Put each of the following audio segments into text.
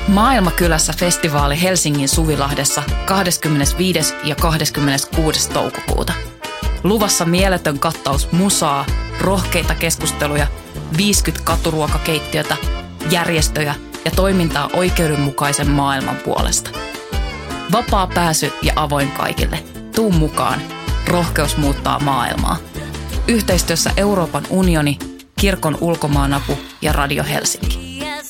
Maailmakylässä festivaali Helsingin Suvilahdessa 25. ja 26. toukokuuta. Luvassa mieletön kattaus musaa, rohkeita keskusteluja, 50 katuruokakeittiötä, järjestöjä ja toimintaa oikeudenmukaisen maailman puolesta. Vapaa pääsy ja avoin kaikille. Tuu mukaan. Rohkeus muuttaa maailmaa. Yhteistyössä Euroopan unioni, Kirkon ulkomaanapu ja Radio Helsinki.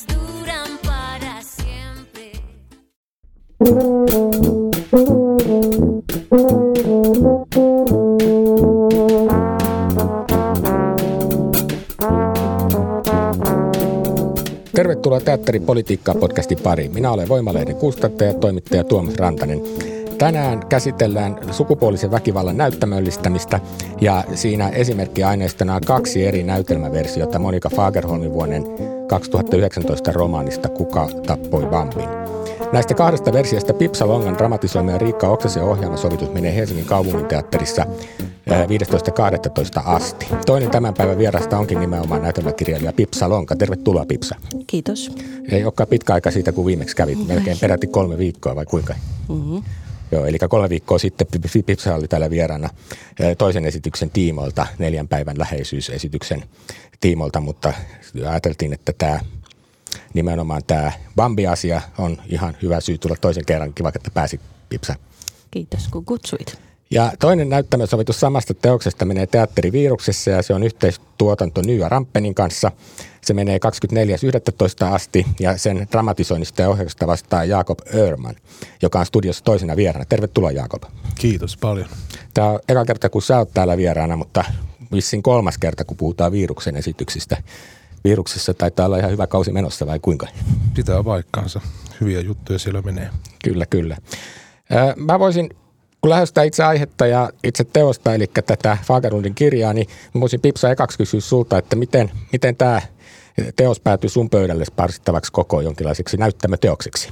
Tervetuloa Teatteripolitiikkaa-podcastin pariin. Minä olen Voima-lehden kustantaja ja toimittaja Tuomas Rantanen. Tänään käsitellään sukupuolisen väkivallan näyttämöllistämistä ja siinä esimerkkiaineistona on 2 eri näytelmäversiota Monika Fagerholmin vuoden 2019 romaanista Kuka tappoi Bambin. Näistä 2 versiosta Pipsa Longan dramatisoima ja Riikka Oksasen ohjaama sovitus menee Helsingin kaupunginteatterissa 15.12. asti. Toinen tämän päivän vierasta onkin nimenomaan näytelmäkirjailija Pipsa Lonka. Tervetuloa, Pipsa. Kiitos. Ei olekaan pitkä aika siitä, kun viimeksi kävit. Melkein peräti 3 viikkoa vai kuinka? Mm-hmm. Joo, eli 3 viikkoa sitten Pipsa oli täällä vieraana toisen esityksen tiimoilta, 4 päivän läheisyysesityksen tiimoilta, mutta ajateltiin, että nimenomaan tämä Bambi-asia on ihan hyvä syy tulla toisen kerran. Kiva, että pääsit, Pipsa. Kiitos, kun kutsuit. Ja toinen näyttämösovitus samasta teoksesta menee Teatteriviiruksessa ja se on yhteistuotanto Nyä Rampenin kanssa. Se menee 24.11. asti ja sen dramatisoinnista ja ohjauksesta vastaa Jakob Öhrman, joka on studiossa toisena vieraana. Tervetuloa, Jakob. Kiitos paljon. Tämä on eka kerta, kun sä oot täällä vieraana, mutta vissiin 3. kerta, kun puhutaan Viiruksen esityksistä. Viiruksessa taitaa olla ihan hyvä kausi menossa vai kuinka? Pitää paikkaansa. Hyviä juttuja siellä menee. Kyllä, kyllä. Mä voisin, kun lähestyä itse aihetta ja itse teosta, eli tätä Fagerlundin kirjaa, niin mä voisin Pipsa ekaksi kysyä sulta, että miten tämä teos päätyi sun pöydälle parsittavaksi koko jonkinlaiseksi näyttämöteokseksi?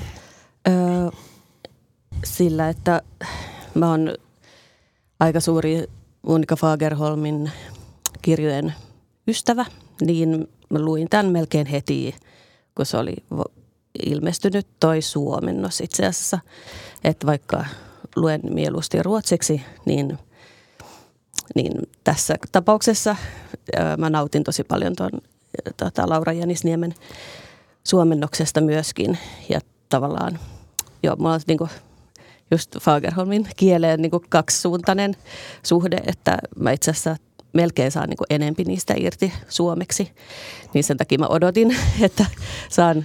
Sillä, että mä oon aika suuri Monika Fagerholmin kirjojen ystävä, niin mä luin tämän melkein heti, kun se oli ilmestynyt toi suomennos itse asiassa. Että vaikka luen mieluusti ruotsiksi, niin tässä tapauksessa mä nautin tosi paljon tuon Laura Jänisniemen suomennoksesta myöskin. Ja tavallaan, mulla on niinku just Fagerholmin kieleen niinku 2-suuntainen suhde, että mä itse asiassa melkein saan niinku enempi niistä irti suomeksi. Niin sen takia mä odotin, että saan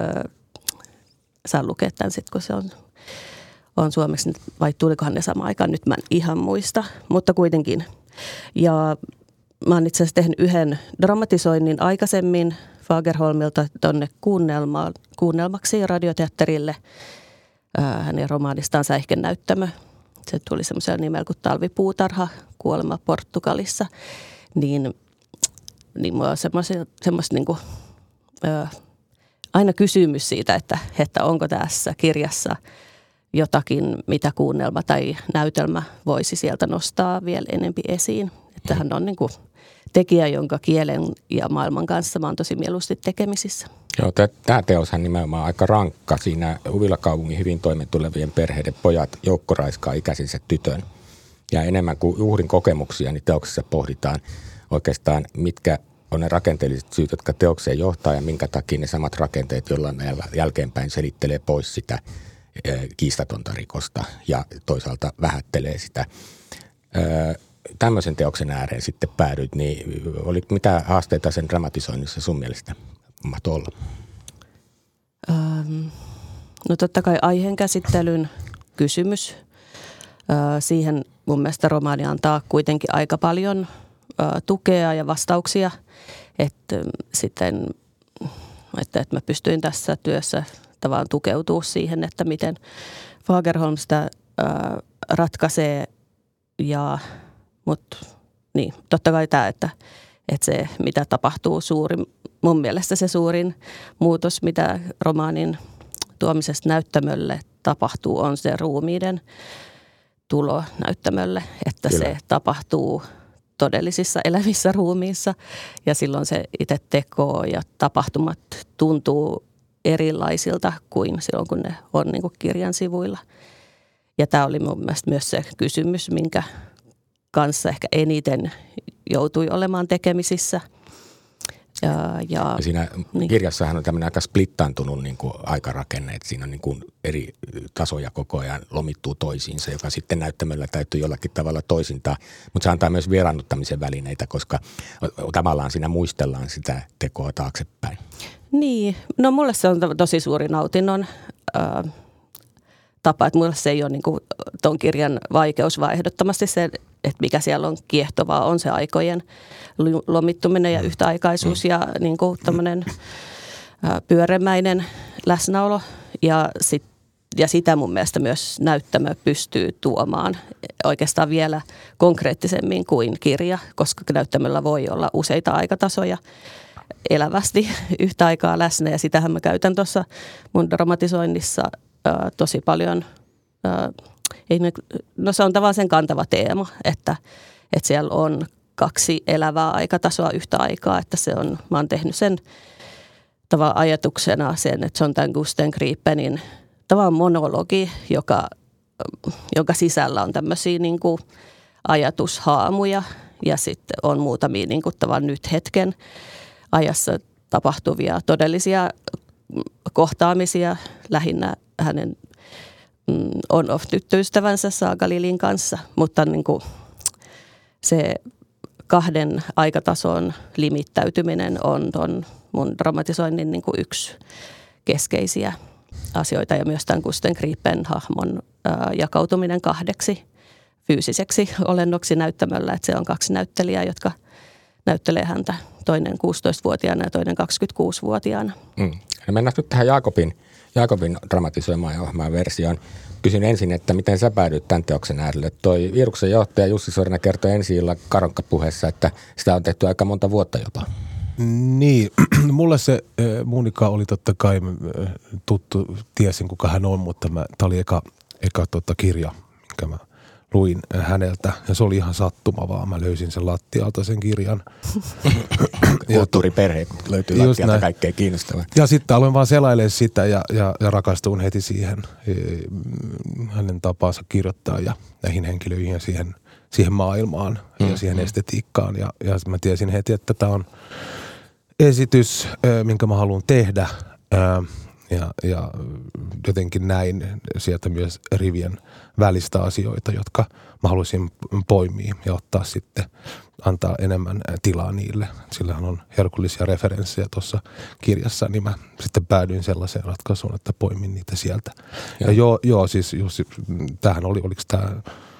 lukea tämän sitten, kun se on suomeksi, vai tulikohan ne samaan aikaan, nyt mä en ihan muista, mutta kuitenkin. Ja mä oon itse asiassa tehnyt yhden dramatisoinnin aikaisemmin Fagerholmilta tuonne kuunnelmaksi radioteatterille hänen romaanistaan Säihkennäyttämö. Se tuli semmoisella nimellä kuin Talvipuutarha, kuolema Portugalissa. Niin mulla on semmoista niinku, aina kysymys siitä, että onko tässä kirjassa jotakin, mitä kuunnelma tai näytelmä voisi sieltä nostaa vielä enempi esiin. Että hän on niinku tekijä, jonka kielen ja maailman kanssa mä oon tosi mieluusti tekemisissä. Joo, tämä teoshan nimenomaan aika rankka. Siinä Uvilakaupungin hyvin toimeentulevien perheiden pojat joukkoraiskaa ikäisensä tytön. Ja enemmän kuin uhrin kokemuksia, niin teoksessa pohditaan oikeastaan, mitkä on ne rakenteelliset syyt, jotka teokseen johtaa ja minkä takia ne samat rakenteet, joilla jälkeenpäin selittelee pois sitä kiistatonta rikosta ja toisaalta vähättelee sitä. Tämmöisen teoksen ääreen sitten päädyit, niin oli mitä haasteita sen dramatisoinnissa sun mielestä mahtoi olla? No totta kai aiheen käsittelyn kysymys. Siihen mun mielestä romaani antaa kuitenkin aika paljon tukea ja vastauksia, että mä pystyin tässä työssä tavallaan tukeutua siihen, että miten Fagerholm sitä ratkaisee mutta niin, totta kai tämä, että se mitä tapahtuu mun mielestä se suurin muutos, mitä romaanin tuomisesta näyttämölle tapahtuu, on se ruumiiden tulo näyttämölle, että Kyllä. Se tapahtuu todellisissa elävissä ruumiissa ja silloin se itse teko ja tapahtumat tuntuu erilaisilta kuin silloin, kun ne on niin kuin kirjan sivuilla. Ja tämä oli mun mielestä myös se kysymys, minkä kanssa ehkä eniten joutui olemaan tekemisissä. Ja siinä kirjassahan on tämmöinen aika splittaantunut niin kuin aikarakenne, että siinä on niin kuin eri tasoja koko ajan lomittuu toisiinsa, joka sitten näyttämöllä täytyy jollakin tavalla toisintaa. Mutta se antaa myös vieraannuttamisen välineitä, koska tavallaan siinä muistellaan sitä tekoa taaksepäin. Niin, no mulle se on tosi suuri nautinnon tapa, että mulle se ei ole niin kuin ton kirjan vaikeus, vaan ehdottomasti se, että mikä siellä on kiehtovaa, on se aikojen lomittuminen ja yhtäaikaisuus ja niin kuin tämmöinen pyöremäinen läsnäolo. Ja sitä mun mielestä myös näyttämö pystyy tuomaan oikeastaan vielä konkreettisemmin kuin kirja, koska näyttämöllä voi olla useita aikatasoja elävästi yhtä aikaa läsnä. Ja sitähän mä käytän tuossa mun dramatisoinnissa tosi paljon. No se on tavallaan sen kantava teema, että siellä on 2 elävää aikatasoa yhtä aikaa, että se on, mä oon tehnyt sen tavallaan ajatuksena sen, että se on tämän Gusten Gripenin tavallaan monologi, jonka sisällä on tämmöisiä niin kuin ajatushaamuja ja sitten on muutamia niin kuin tavallaan nyt hetken ajassa tapahtuvia todellisia kohtaamisia lähinnä hänen on-off-tyttöystävänsä Saga Lilin kanssa, mutta niin kuin se 2 aikatason limittäytyminen on mun dramatisoinnin niin kuin yksi keskeisiä asioita ja myös tämän Gusten Gripen hahmon jakautuminen 2 fyysiseksi olennoksi näyttämöllä, että se on 2 näyttelijää, jotka näyttelee häntä, toinen 16-vuotiaana ja toinen 26-vuotiaana. No mennään nyt tähän Jaakobin dramatisoimaan ja ohjelmaan versioon. Kysyn ensin, että miten sä päädyit tämän teoksen äärelle? Toi Viruksen johtaja Jussi Sorina kertoi ensi illan Karonkka-puheessa, että sitä on tehty aika monta vuotta jopa. Niin, mulle se Monika oli totta kai tuttu, tiesin kuka hän on, mutta tämä oli eka kirja, minkä mä luin häneltä. Ja se oli ihan sattuma vaan, mä löysin sen lattialta sen kirjan. Kulttuuriperhe löytyy lattialta kaikkea kiinnostavaa. Ja sitten aloin vaan selailemaan sitä ja rakastuin heti siihen hänen tapaansa kirjoittaa ja näihin henkilöihin ja siihen maailmaan ja siihen estetiikkaan. Ja mä tiesin heti, että tämä on esitys, minkä mä haluan tehdä ja jotenkin näin sieltä myös rivien välistä asioita, jotka mä haluaisin poimia ja ottaa sitten, antaa enemmän tilaa niille. Sillähän on herkullisia referenssejä tuossa kirjassa, niin mä sitten päädyin sellaiseen ratkaisuun, että poimin niitä sieltä. Ja joo siis tämähän oliko tämä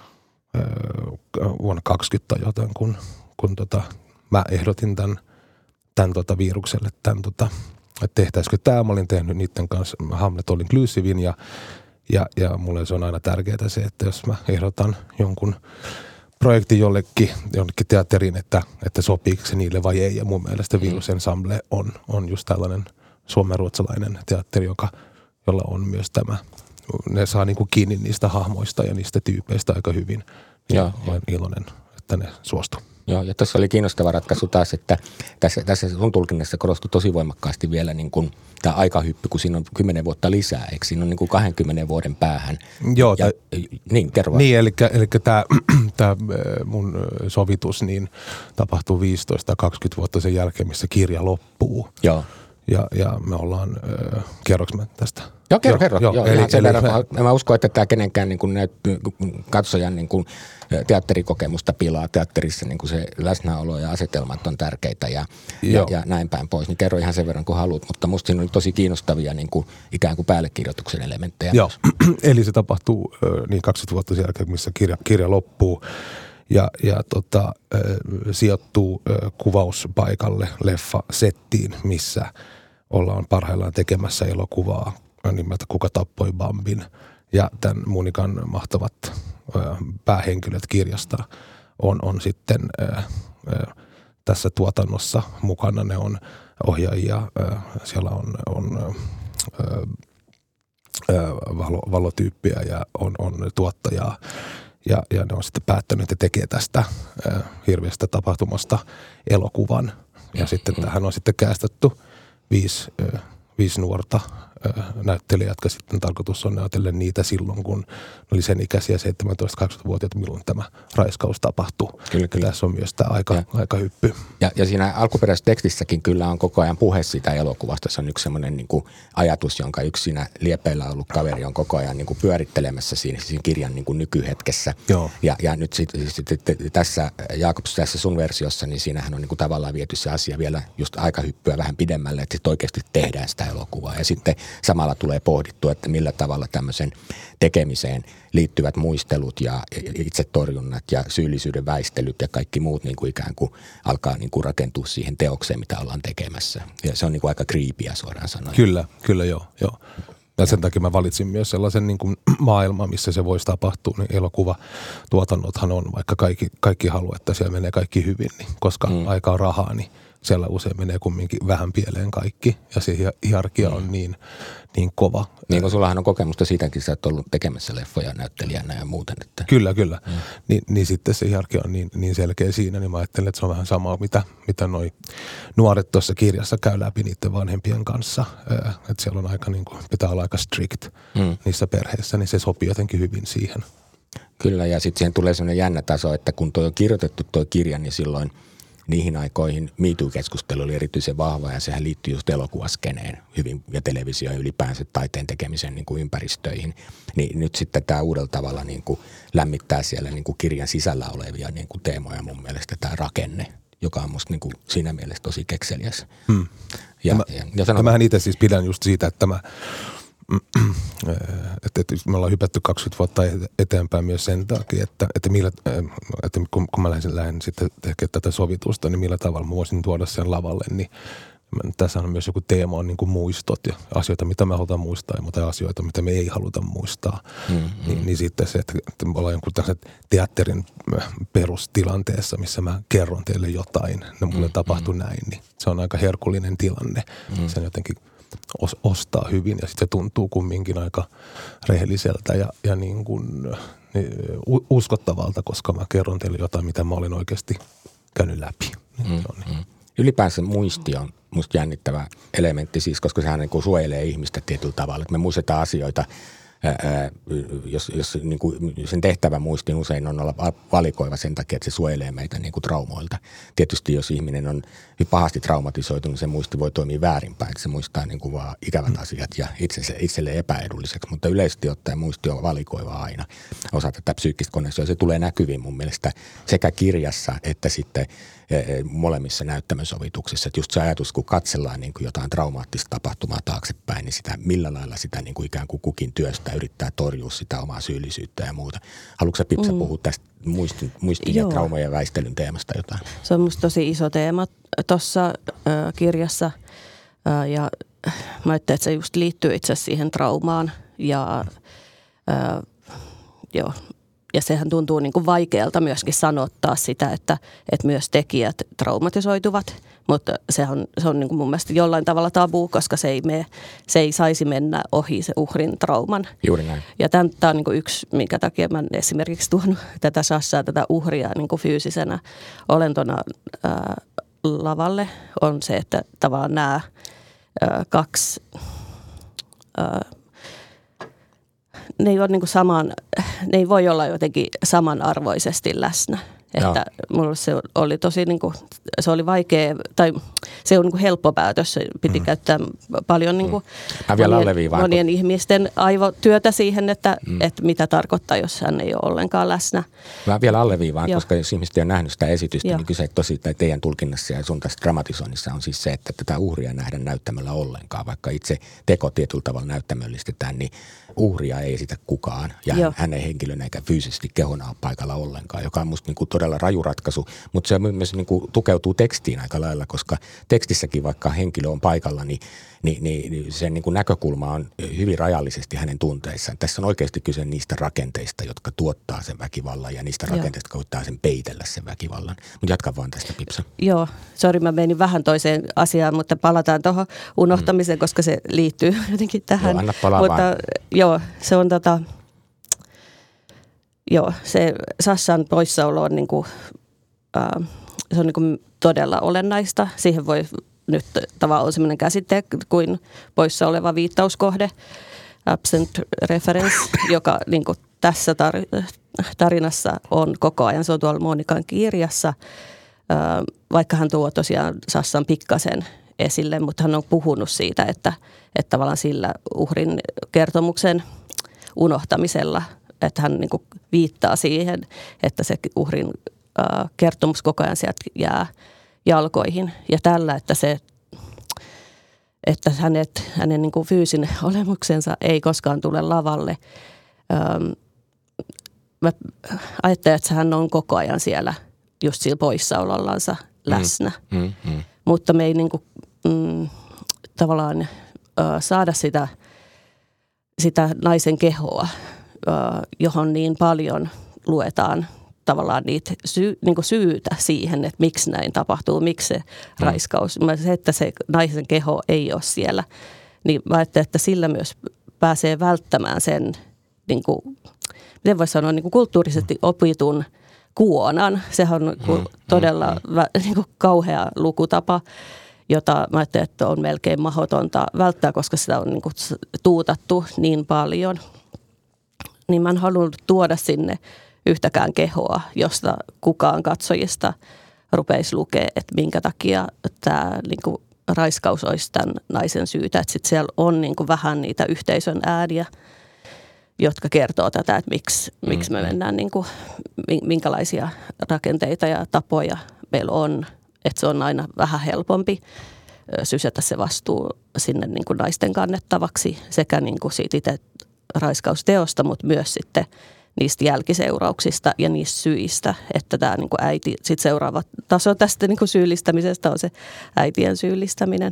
vuonna 2020 joten, kun mä ehdotin tämän Virukselle että tehtäisikö tämä. Mä olin tehnyt niiden kanssa Hamlet All Inclusivin ja mulle se on aina tärkeää se, että jos mä ehdotan jonkun projektin jollekin teatteriin, että sopiiko se niille vai ei. Ja mun mielestä Virusensemble on just tällainen suomenruotsalainen teatteri, jolla on myös tämä. Ne saa niinku kiinni niistä hahmoista ja niistä tyypeistä aika hyvin. Ja olen iloinen, että ne suostuu. Joo, ja tuossa oli kiinnostava ratkaisu taas, että tässä sun tulkinnassa korostui tosi voimakkaasti vielä niin kuin tämä aikahyppy, kun siinä on 10 vuotta lisää, eikö siinä on niin kuin 20 vuoden päähän? Joo. Niin, kerro. Niin, eli tämä mun sovitus niin tapahtuu 15-20 vuotta sen jälkeen, missä kirja loppuu. Joo. Ja me ollaan, kerroks mä tästä? Joo, kerro. Joo, mä uskon, että tämä kenenkään niin kuin katsojan niin kuin teatterikokemusta pilaa. Teatterissa niin kuin se läsnäolo ja asetelmat on tärkeitä ja näin päin pois. Niin kerro ihan sen verran kuin haluat, mutta musta siinä oli tosi kiinnostavia niin kuin ikään kuin päällekirjoituksen elementtejä. Joo, eli se tapahtuu niin 20 vuotta sen jälkeen, missä kirja loppuu. Ja sijoittuu kuvauspaikalle leffasettiin, missä ollaan parhaillaan tekemässä elokuvaa nimeltä Kuka tappoi Bambin. Ja tämän Monikan mahtavat päähenkilöt kirjasta on sitten tässä tuotannossa mukana. Ne on ohjaajia, siellä on valotyyppiä ja on tuottajaa. Ja ne on sitten päättänyt, että tekee tästä hirveästä tapahtumasta elokuvan. Ja sitten tähän on sitten käästetty 5 nuorta näyttelijät, jotka sitten tarkoitus on näytellä niitä silloin, kun oli sen ikäisiä 17-20-vuotiaita, milloin tämä raiskaus tapahtui. Kyllä. Tässä on myös tämä aikahyppy. Ja siinä alkuperäisessä tekstissäkin kyllä on koko ajan puhe siitä elokuvasta. Se on yksi semmoinen niin kuin ajatus, jonka yksi siinä liepeillä ollut kaveri on koko ajan niin kuin pyörittelemässä siinä kirjan niin kuin nykyhetkessä. Joo. Ja nyt sitten tässä, Jaakops, tässä sun versiossa, niin siinähän on niin kuin tavallaan viety se asia vielä just aikahyppyä vähän pidemmälle, että sitten oikeasti tehdään sitä elokuvaa. Ja sitten samalla tulee pohdittua, että millä tavalla tämmöisen tekemiseen liittyvät muistelut ja itsetorjunnat ja syyllisyyden väistelyt ja kaikki muut niin kuin ikään kuin alkaa niin kuin rakentua siihen teokseen, mitä ollaan tekemässä. Ja se on niin kuin aika creepyä suoraan sanoen. Kyllä joo. Ja sen takia mä valitsin myös sellaisen niin kuin maailman, missä se voisi tapahtua. Niin elokuvatuotannothan on, vaikka kaikki haluaa, että siellä menee kaikki hyvin, niin koska aika on rahaa, niin siellä usein menee kumminkin vähän pieleen kaikki. Ja se hierarkia on niin kova. Niin kuin sullahan on kokemusta siitäkin, sä oot ollut tekemässä leffoja näyttelijänä ja muuten. Että. Kyllä. Niin sitten se hierarkia on niin selkeä siinä, niin mä ajattelen, että se on vähän samaa, mitä noi nuoret tuossa kirjassa käy läpi niiden vanhempien kanssa. Että siellä on aika niin kuin, pitää olla aika strict niissä perheissä, niin se sopii jotenkin hyvin siihen. Kyllä, ja sitten siihen tulee sellainen jännä taso, että kun toi on kirjoitettu toi kirja, niin silloin niihin aikoihin Me Too-keskustelu oli erityisen vahva ja sehän liittyy just elokuvaskeneen hyvin ja televisio ja ylipäänsä taiteen tekemisen niin kuin ympäristöihin. Niin nyt sitten tämä uudella tavalla niin kuin lämmittää siellä niin kuin kirjan sisällä olevia niin kuin teemoja mun mielestä tämä rakenne, joka on musta niin kuin siinä mielessä tosi kekseliäs. Mähän itse siis pidän just siitä, että että me ollaan hypätty 20 vuotta eteenpäin myös sen takia, että kun mä lähden sitten tekemään tätä sovitusta, niin millä tavalla mä voisin tuoda sen lavalle, niin tässä on myös joku teema on niin kuin muistot ja asioita, mitä me halutaan muistaa, mutta asioita, mitä me ei haluta muistaa. Niin sitten se, että me ollaan jonkun teatterin perustilanteessa, missä mä kerron teille jotain, no mulle tapahtui näin, niin se on aika herkullinen tilanne. Sen jotenkin ostaa hyvin ja sitten se tuntuu kumminkin aika rehelliseltä ja niin kuin uskottavalta, koska mä kerron teille jotain, mitä mä olen oikeasti käynyt läpi. Ylipäänsä muisti on musta jännittävä elementti siis, koska sehän niin kuin suojelee ihmistä tietyllä tavalla, että me muistetaan asioita, jos niin kuin sen tehtävä muistin usein on olla valikoiva sen takia, että se suojelee meitä niin kuin traumoilta. Tietysti jos ihminen on pahasti traumatisoitunut, niin se muisti voi toimia väärinpäin, että se muistaa niin kuin vaan ikävät asiat ja itselleen epäedulliseksi, mutta yleisesti ottaen muisti on valikoiva aina osa tätä psyykkistä koneistoa. Se tulee näkyviin mun mielestä sekä kirjassa että sitten molemmissa näyttämösovituksissa. Että just se ajatus, kun katsellaan niin kuin jotain traumaattista tapahtumaa taaksepäin, niin sitä millä lailla sitä niin kuin ikään kuin kukin työstä yrittää torjua sitä omaa syyllisyyttä ja muuta. Haluatko sä, Pipsa, puhua tästä muistin ja traumojen väistelyn teemasta jotain? Se on musta tosi iso teema tuossa kirjassa ja mä ajattelin, että se just liittyy itse asiassa siihen traumaan ja joo. Ja sehän tuntuu niin kuin vaikealta myöskin sanottaa sitä, että myös tekijät traumatisoituvat, mutta se on niin kuin mun mielestä jollain tavalla tabu, koska se ei saisi mennä ohi se uhrin trauman. Juuri näin. Ja tämä on niin kuin yksi, minkä takia mä esimerkiksi tuonut tätä Sashaa, tätä uhria niin kuin fyysisenä olentona lavalle, on se, että tavallaan nämä kaksi ne ei ole niin kuin ne ei voi olla jotenkin samanarvoisesti läsnä. Että mulle se oli tosi niin kuin, se oli vaikea, tai se on niin kuin helppo päätös. Se piti käyttää paljon niin kuin monien ihmisten aivotyötä siihen, että mitä tarkoittaa, jos hän ei ole ollenkaan läsnä. Mä vielä alleviivaan, koska jos ihmiset ei ole nähnyt sitä esitystä, niin kyse tosi teidän tulkinnassa ja sun tässä dramatisoinnissa on siis se, että tätä uhria nähdä näyttämällä ollenkaan. Vaikka itse teko tietyllä tavalla näyttämöllistetään, niin uhria ei esitä kukaan ja hän ei henkilönä eikä fyysisesti kehona ole paikalla ollenkaan, joka on musta niin kuin todella raju ratkaisu, mutta se myös niin kuin tukeutuu tekstiin aika lailla, koska tekstissäkin vaikka henkilö on paikalla, niin sen niin kuin näkökulma on hyvin rajallisesti hänen tunteissaan. Tässä on oikeasti kyse niistä rakenteista, jotka tuottaa sen väkivallan ja niistä rakenteista, jotka koittaa sen peitellä sen väkivallan. Mutta jatka vaan tästä, Pipsa. Joo, sori, mä menin vähän toiseen asiaan, mutta palataan tuohon unohtamiseen, koska se liittyy jotenkin tähän. Joo, anna palaa mutta vaan. Joo, se on se Sashan poissaolo on, se on niin kuin todella olennaista. Siihen voi nyt tavallaan on sellainen käsite kuin poissa oleva viittauskohde, absent reference, joka niin kuin tässä tarinassa on koko ajan. Se on tuolla Monikan kirjassa, vaikka hän tuo tosiaan Sassan pikkasen esille, mutta hän on puhunut siitä, että tavallaan sillä uhrin kertomuksen unohtamisella, että hän niin kuin viittaa siihen, että se uhrin kertomus koko ajan sieltä jää jalkoihin. Ja tällä, että hänen niin kuin fyysinen olemuksensa ei koskaan tule lavalle. Mä ajattelen, että hän on koko ajan siellä just sillä poissaolollansa läsnä. Mutta me ei niin kuin, tavallaan saada sitä naisen kehoa, johon niin paljon luetaan tavallaan niitä niin kuin syytä siihen, että miksi näin tapahtuu, miksi se raiskaus. Se, että se naisen keho ei ole siellä, niin mä ajattelen, että sillä myös pääsee välttämään sen, niin kuin, miten voisi sanoa, niin kuin kulttuurisesti opitun kuonan. Sehän on todella niin kuin kauhea lukutapa, jota mä ajattelen, että on melkein mahdotonta välttää, koska sitä on niin kuin tuutattu niin paljon. Niin mä en halunnut tuoda sinne yhtäkään kehoa, josta kukaan katsojista rupeisi lukea, että minkä takia tämä niin kuin raiskaus olisi tämän naisen syytä. Että sitten siellä on niin kuin vähän niitä yhteisön ääniä, jotka kertoo tätä, että miksi me mennään, niin kuin, minkälaisia rakenteita ja tapoja meillä on. Että se on aina vähän helpompi sysätä se vastuu sinne niin kuin naisten kannettavaksi sekä niin kuin siitä itse raiskausteosta, mutta myös sitten niistä jälkiseurauksista ja niistä syistä, että tämä niin kuin äiti, sitten seuraava taso tästä niin kuin syyllistämisestä on se äitien syyllistäminen.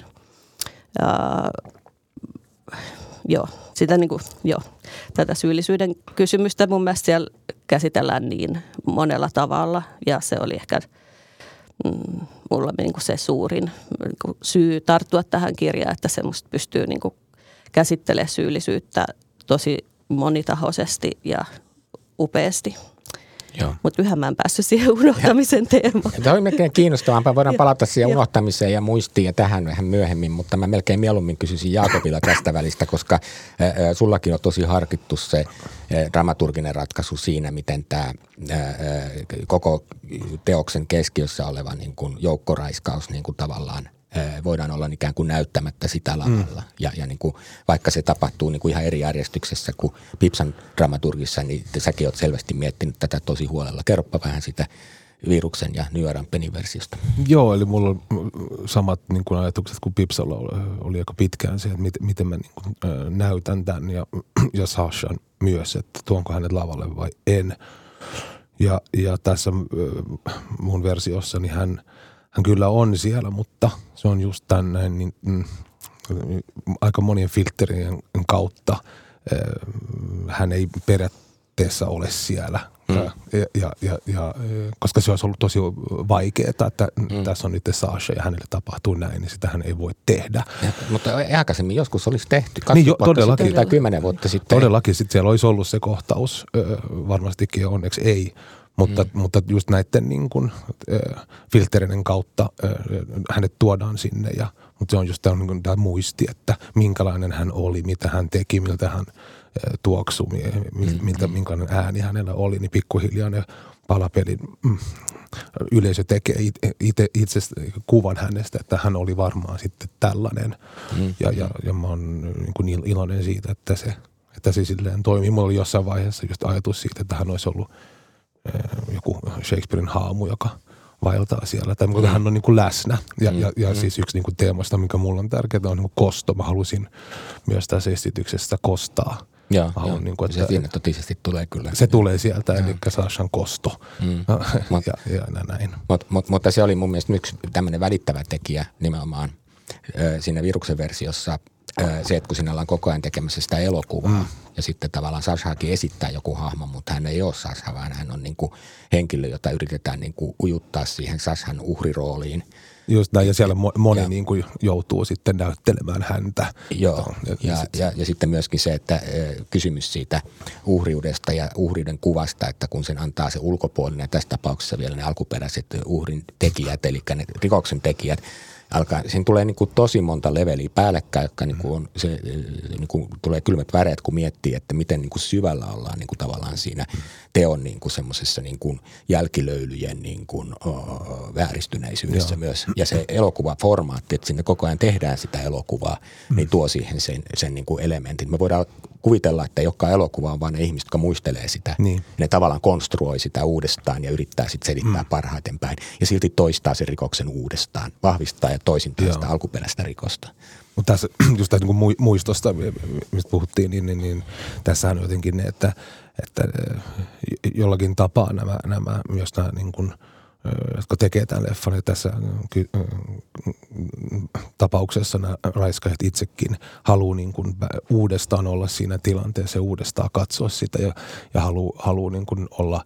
Tätä syyllisyyden kysymystä mun mielestä siellä käsitellään niin monella tavalla ja se oli ehkä mulla niin kuin se suurin niin kuin syy tarttua tähän kirjaan, että se musta pystyy niin kuin käsittelemään syyllisyyttä tosi monitahoisesti ja upeasti. Mutta yhä mä en päässyt siihen unohtamisen teemaan. Tämä on melkein kiinnostavampaa. Voidaan palata siihen unohtamiseen ja muistiin ja tähän vähän myöhemmin, mutta mä melkein mieluummin kysyisin Jaakobilla tästä välistä, koska sullakin on tosi harkittu se dramaturginen ratkaisu siinä, miten tämä koko teoksen keskiössä oleva niin kuin joukkoraiskaus niin kuin tavallaan voidaan olla ikään kuin näyttämättä sitä lavalla. Ja niin kuin, vaikka se tapahtuu niin kuin ihan eri järjestyksessä kuin Pipsan dramaturgissa, niin säkin oot selvästi miettinyt tätä tosi huolella. Kerropa vähän sitä Viruksen ja New Rampenin versiosta. Joo, eli mulla on samat niin kuin ajatukset kuin Pipsalla oli aika pitkään se, että miten mä niin kuin, näytän tämän ja Sashan myös, että tuonko hänet lavalle vai en. Ja tässä mun versiossani hän kyllä on siellä, mutta se on just tänne niin, aika monien filtterien kautta. Hän ei periaatteessa ole siellä. Koska se olisi ollut tosi vaikeaa, että tässä on nyt Sasha ja hänelle tapahtuu näin, niin sitä hän ei voi tehdä. Mutta aikaisemmin joskus olisi tehty, 20 niin vuotta sitten tai 10 vuotta sitten. Todellakin sitten siellä olisi ollut se kohtaus, varmastikin ja onneksi ei. Mutta just näiden niin kuin, filterinen kautta hänet tuodaan sinne. Mutta se on just tämä muisti, että minkälainen hän oli, mitä hän teki, miltä hän tuoksui, minkälainen ääni hänellä oli. Niin pikkuhiljaa ne palapelin yleisö tekee itse kuvan hänestä, että hän oli varmaan sitten tällainen. Ja mä oon niin kuin iloinen siitä, että se silleen toimii. Mulla oli jossain vaiheessa just ajatus siitä, että hän olisi ollut joku Shakespearen haamu, joka vaeltaa siellä. Tai hän on niin kuin läsnä. Ja siis yksi niin kuin teemasta, mikä mulla on tärkeää, on niin kuin kosto. Mä halusin myös tässä esityksessä kostaa. Joo, niin kuin, että se totisesti tulee kyllä. Se tulee sieltä, eli Sashan kosto. Ja näin. Mutta se oli mun mielestä yksi tämmöinen välittävä tekijä nimenomaan siinä Viruksen versiossa. Se, että kun siinä ollaan koko ajan tekemässä sitä elokuvaa ja sitten tavallaan Sashakin esittää joku hahmo, mutta hän ei ole Sasha, vaan hän on niin kuin henkilö, jota yritetään niin kuin ujuttaa siihen Sashan uhrirooliin. Just näin, ja siellä moni niin kuin joutuu sitten näyttelemään häntä. Joo, ja sitten myöskin se, että kysymys siitä uhriudesta ja uhriuden kuvasta, että kun sen antaa se ulkopuolinen, tässä tapauksessa vielä ne alkuperäiset uhrin tekijät, eli ne rikoksen tekijät, siinä tulee niin kuin tosi monta leveliä päällekkäin, jotka niin kuin on, se, niin kuin tulee kylmät väreet, kun miettii, että miten niin kuin syvällä ollaan niin kuin tavallaan siinä teon niin kuin semmoisessa niin kuin jälkilöylyjen niin kuin, vääristyneisyydessä myös. Ja se elokuvaformaatti, että sinne koko ajan tehdään sitä elokuvaa, niin tuo siihen sen niin kuin elementin. Me voidaan kuvitella, että joka elokuva on vaan ne ihmiset, jotka muistelee sitä. Niin. Ne tavallaan konstruoi sitä uudestaan ja yrittää sitten selittää parhaiten päin. Ja silti toistaa sen rikoksen uudestaan, vahvistaa ja toisintaa sitä alkuperäistä rikosta. Mutta tässä just niin kuin muistosta, mistä puhuttiin, niin tässähän on jotenkin ne, että jollakin tapaa nämä myös nämä niin kuin, jotka tekee tämän leffan, ja tässä tapauksessa nämä raiskaajat itsekin haluaa niin kuin uudestaan olla siinä tilanteessa ja uudestaan katsoa sitä ja haluaa niin kuin olla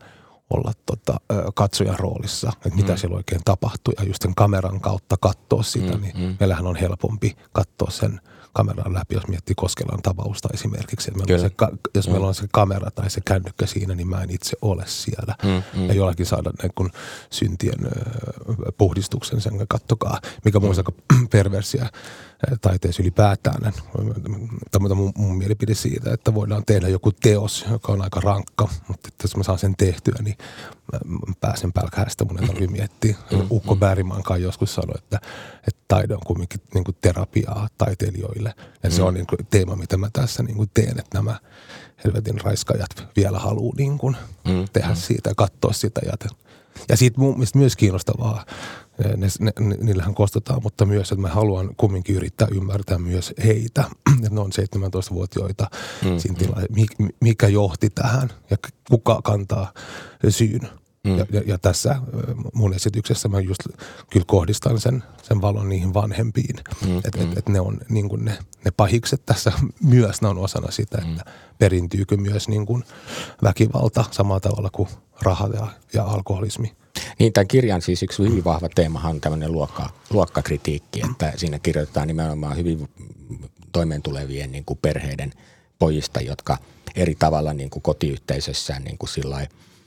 katsojan roolissa, että mitä siellä oikein tapahtuu ja just sen kameran kautta katsoa sitä, niin meillähän on helpompi katsoa sen kameran läpi, jos miettii Koskelan tapausta esimerkiksi. Jos meillä on se kamera tai se kännykkä siinä, niin mä en itse ole siellä. Ja jollakin saada kun syntien puhdistuksen sen, kattokaa, mikä mun aika perversiä taiteessa ylipäätään. Mutta mun mielipide siitä, että voidaan tehdä joku teos, joka on aika rankka, mutta jos mä saan sen tehtyä, niin mä pääsen pälkähästä, mun ei tarvitse miettiä. Ukko Bergmankaan joskus sanoi, että taide on kuitenkin niin kuin terapiaa taiteilijoille. Ja se on niin kuin teema, mitä mä tässä niin kuin teen, että nämä helvetin raiskaajat vielä haluaa niin kuin tehdä siitä ja katsoa sitä. Ja siitä mun mielestä myös kiinnostavaa, niillähän kostetaan, mutta myös, että mä haluan kumminkin yrittää ymmärtää myös heitä. Ne on 17-vuotiaita siinä tilassa, mikä johti tähän ja kuka kantaa syyn. Ja tässä mun esityksessä mä just kyllä kohdistan sen valon niihin vanhempiin. Että ne on niin kuin ne pahikset tässä myös, ne on osana sitä, että perintyykö myös niin kuin väkivalta samalla tavalla kuin raha ja alkoholismi. Niin, tämän kirjan siis yksi hyvin vahva teemahan on tämmöinen luokkakritiikki, että siinä kirjoitetaan nimenomaan hyvin toimeentulevien niin kuin perheiden pojista, jotka eri tavalla niin kuin kotiyhteisössään niin kuin sillain,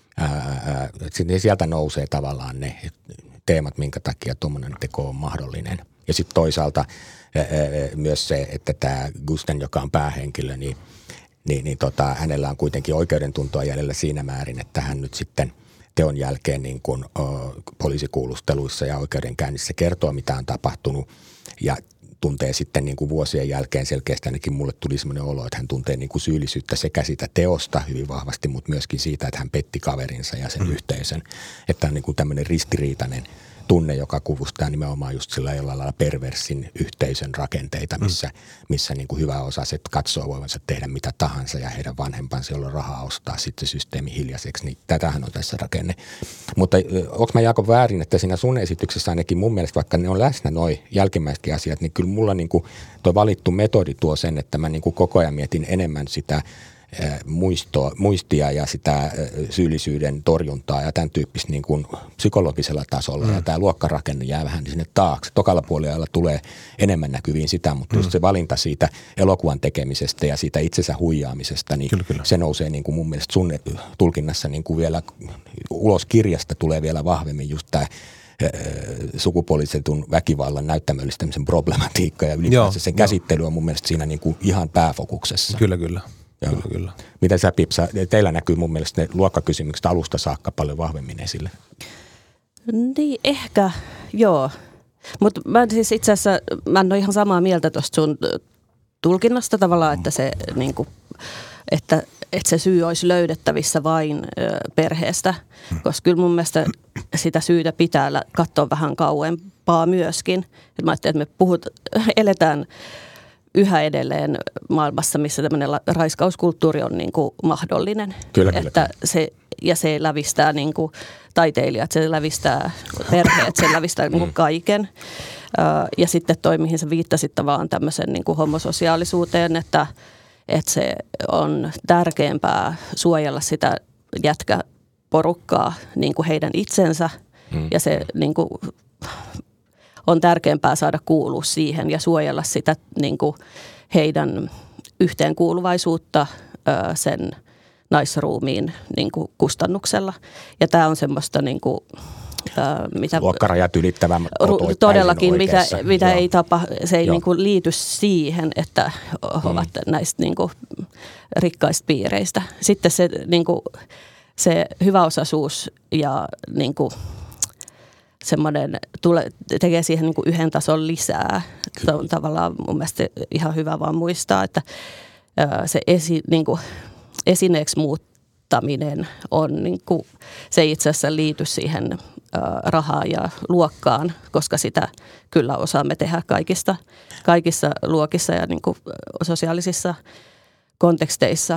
sieltä nousee tavallaan ne teemat, minkä takia tuommoinen teko on mahdollinen. Ja sitten toisaalta myös se, että tämä Gusten, joka on päähenkilö, niin hänellä on kuitenkin oikeudentuntoa jäljellä siinä määrin, että hän nyt sitten teon jälkeen niin kuin poliisikuulusteluissa ja oikeudenkäynnissä kertoo, mitä on tapahtunut ja tuntee sitten niin kuin vuosien jälkeen selkeästi ainakin mulle tuli sellainen olo, että hän tuntee niin kuin syyllisyyttä sekä sitä teosta hyvin vahvasti, mutta myöskin siitä, että hän petti kaverinsa ja sen yhteisön. Että on niin kuin tämmöinen ristiriitainen tunne, joka kuvustaa nimenomaan just sillä jollain lailla perversin yhteisön rakenteita, missä niin kuin hyväosaiset katsoo voivansa tehdä mitä tahansa ja heidän vanhempansa, jolla on rahaa ostaa sitten systeemi hiljaiseksi, niin tätähän on tässä rakenne. Mutta onko mä Jaakko väärin, että siinä sun esityksessä ainakin mun mielestä, vaikka ne on läsnä noi jälkimmäisetkin asiat, niin kyllä mulla niin kuin toi valittu metodi tuo sen, että mä niin kuin koko ajan mietin enemmän sitä muistia ja sitä syyllisyyden torjuntaa ja tämän tyyppistä niin kuin psykologisella tasolla. Ja tämä luokkarakenne jää vähän sinne taakse. Tokalla puolella tulee enemmän näkyviin sitä, mutta just se valinta siitä elokuvan tekemisestä ja siitä itsensä huijaamisesta, niin kyllä. Se nousee niin kuin mun mielestä sun tulkinnassa niin kuin vielä ulos kirjasta tulee vielä vahvemmin just tämä sukupuolisetun väkivallan näyttämöllistämisen problematiikka ja ylipäänsä sen käsittely on mun mielestä siinä niin kuin ihan pääfokuksessa. Kyllä. Kyllä. Miten sä, Pipsa, teillä näkyy mun mielestä ne luokkakysymykset alusta saakka paljon vahvemmin esille? Niin, ehkä, joo. Mutta mä siis itse asiassa, mä en ole ihan samaa mieltä tuosta sun tulkinnasta tavallaan, että se niinku, että se syy olisi löydettävissä vain perheestä, koska kyllä mun mielestä sitä syytä pitää katsoa vähän kauempaa myöskin. Et mä ajattelin, että me eletään yhä edelleen maailmassa, missä tämmöinen raiskauskulttuuri on niin kuin mahdollinen. Kyllä. Se lävistää niin kuin taiteilijat, se lävistää perheet, se lävistää niin kuin kaiken. Ja sitten toi, mihin sä viittasit tavallaan tämmöisen niin kuin homososiaalisuuteen, että se on tärkeämpää suojella sitä jätkäporukkaa niin kuin heidän itsensä. Ja se niin kuin on tärkeämpää saada kuulua siihen ja suojella sitä niin kuin heidän yhteenkuuluvaisuutta sen naisruumiin niin kuin kustannuksella. Ja tämä on semmoista niin kuin luokkarajat ylittävä todellakin, mitä ei se ei niin kuin liity siihen, että ovat näistä niin kuin rikkaista piireistä. Sitten se, niin kuin, se hyväosaisuus ja niin kuin semmoinen tekee siihen niin kuin yhden tason lisää. Se on tavallaan mun mielestä ihan hyvä vaan muistaa, että se niin kuin esineeksi muuttaminen on niin kuin, se ei itse asiassa liity siihen rahaan ja luokkaan, koska sitä kyllä osaamme tehdä kaikissa luokissa ja niin kuin sosiaalisissa konteksteissa.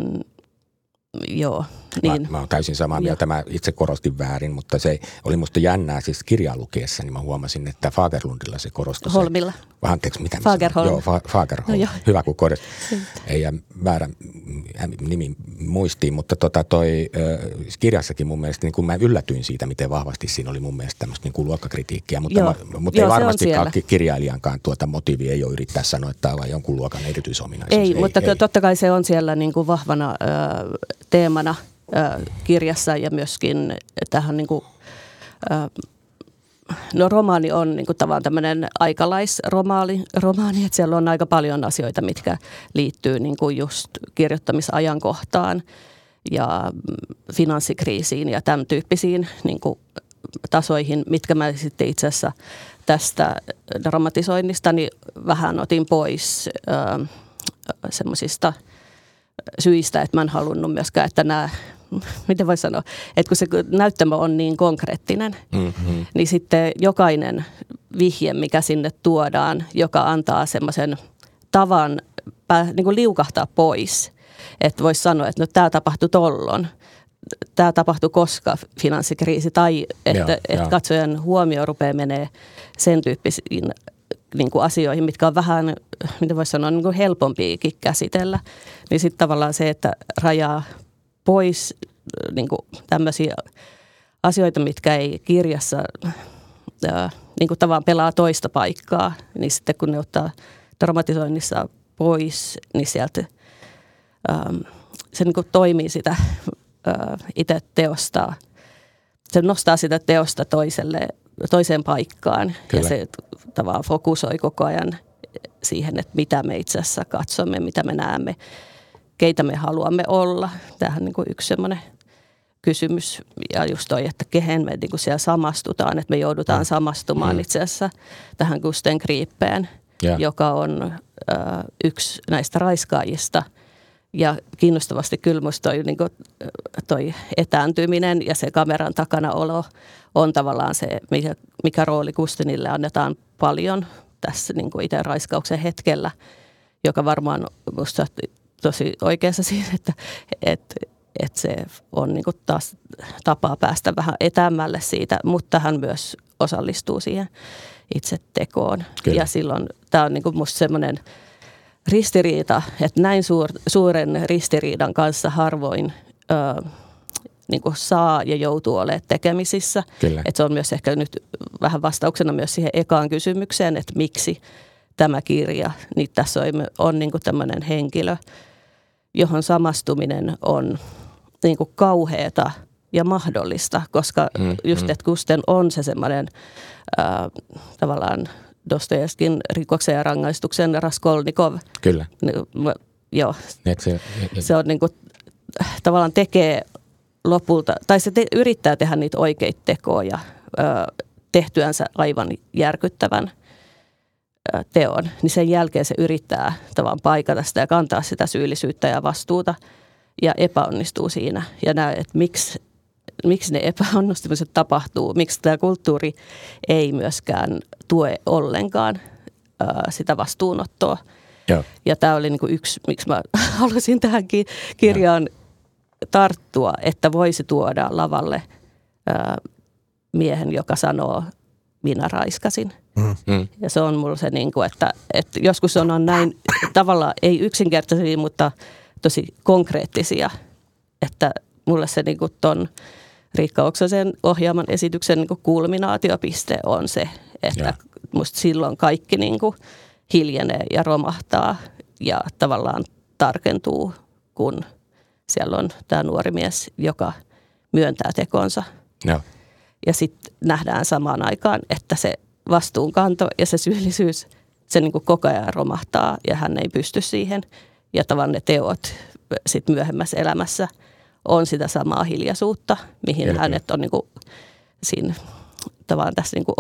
Joo, niin. Mä oon täysin samaa mieltä. Mä itse korostin väärin, mutta se oli musta jännää siis kirjaa lukiessa, niin mä huomasin, että Fagerlundilla se korostui. Holmilla. Anteeksi, mitä? Fagerholm. Joo, Fagerholm. No, hyvä, kun korostin. Ei jää väärä nimi muistiin, mutta kirjassakin mun mielestä, niin kun mä yllätyin siitä, miten vahvasti siinä oli mun mielestä tämmöistä niin kuin luokkakritiikkiä, mutta ei varmastikaan kirjailijankaan motiivi ei ole yrittää sanoa, että tämä on jonkun luokan erityisominaisuus. Ei, mutta totta kai se on siellä niin kuin vahvana teemana kirjassa ja myöskin tähän niin kuin, romaani on niin kuin tavallaan tämmöinen aikalaisromaani, että siellä on aika paljon asioita, mitkä liittyy niin kuin just kirjoittamisajankohtaan ja finanssikriisiin ja tämän tyyppisiin niin kuin tasoihin, mitkä mä sitten itse asiassa tästä dramatisoinnista niin vähän otin pois semmoisista syistä, että mä en halunnut myöskään, että nämä, miten voi sanoa, että kun se näyttämö on niin konkreettinen, niin sitten jokainen vihje, mikä sinne tuodaan, joka antaa semmoisen tavan niin kuin liukahtaa pois, että voisi sanoa, että no tämä tapahtui tollon, tämä tapahtui koska finanssikriisi, tai että katsojan huomio rupeaa menee sen tyyppisiin niin kuin asioihin, mitkä on vähän, miten voisi sanoa, niin kuin helpompiakin käsitellä, niin sitten tavallaan se, että rajaa pois niin kuin tämmöisiä asioita, mitkä ei kirjassa niin kuin tavallaan pelaa toista paikkaa, niin sitten kun ne ottaa dramatisoinnissa pois, niin sieltä se niin kuin toimii sitä itse teosta, se nostaa sitä teosta toiseen paikkaan. Kyllä. Ja se tavallaan fokusoi koko ajan siihen, että mitä me itse asiassa katsomme, mitä me näemme, keitä me haluamme olla. Tämähän on niin kuin yksi semmoinen kysymys. Ja just toi, että kehen me niin kuin siellä samastutaan, että me joudutaan samastumaan itse asiassa tähän Gusten Gripeen, joka on yksi näistä raiskaajista. Ja kiinnostavasti kyllä musta toi etääntyminen ja se kameran takana olo on tavallaan se, mikä rooli Gustenille annetaan paljon tässä niin kuin itse raiskauksen hetkellä, joka varmaan musta tosi oikeassa siinä, että se on niin kuin taas tapaa päästä vähän etäämmälle siitä, mutta hän myös osallistuu siihen itse tekoon. Kyllä. Ja silloin tämä on niin kuin musta semmoinen ristiriita, että näin suuren ristiriidan kanssa harvoin niin kuin saa ja joutuu olemaan tekemisissä. Kyllä. Että se on myös ehkä nyt vähän vastauksena myös siihen ekaan kysymykseen, että miksi tämä kirja, niin tässä on niin kuin tämmöinen henkilö, johon samastuminen on niin kuin kauheata ja mahdollista, koska just, että Gusten on se semmoinen tavallaan Dostojevskin Rikoksen ja rangaistuksen Raskolnikov. Kyllä. Joo. Se on niin kuin, tavallaan tekee lopulta, tai se yrittää tehdä niitä oikeita tekoja tehtyänsä aivan järkyttävän teon. Niin sen jälkeen se yrittää tavallaan paikata sitä ja kantaa sitä syyllisyyttä ja vastuuta ja epäonnistuu siinä. Ja näe, että miksi ne epäonnistumiset tapahtuu, miksi tämä kulttuuri ei myöskään tue ollenkaan sitä vastuunottoa. Joo. Ja tämä oli niinku yksi, miksi mä halusin tähän kirjaan tarttua, että voisi tuoda lavalle miehen, joka sanoo, minä raiskasin. Ja se on mulla se, niinku, että joskus on näin tavallaan, ei yksinkertaisia, mutta tosi konkreettisia, että mulle se niinku ton Riikka Oksasen ohjaaman esityksen niin kuin kulminaatiopiste on se, että musta silloin kaikki niin kuin hiljenee ja romahtaa ja tavallaan tarkentuu, kun siellä on tämä nuori mies, joka myöntää tekonsa. Ja sitten nähdään samaan aikaan, että se vastuunkanto ja se syyllisyys, se niin kuin koko ajan romahtaa ja hän ei pysty siihen. Ja tavallaan ne teot sitten myöhemmässä elämässä on sitä samaa hiljaisuutta, mihin hänet on niin kuin siinä tavallaan tässä niin kuin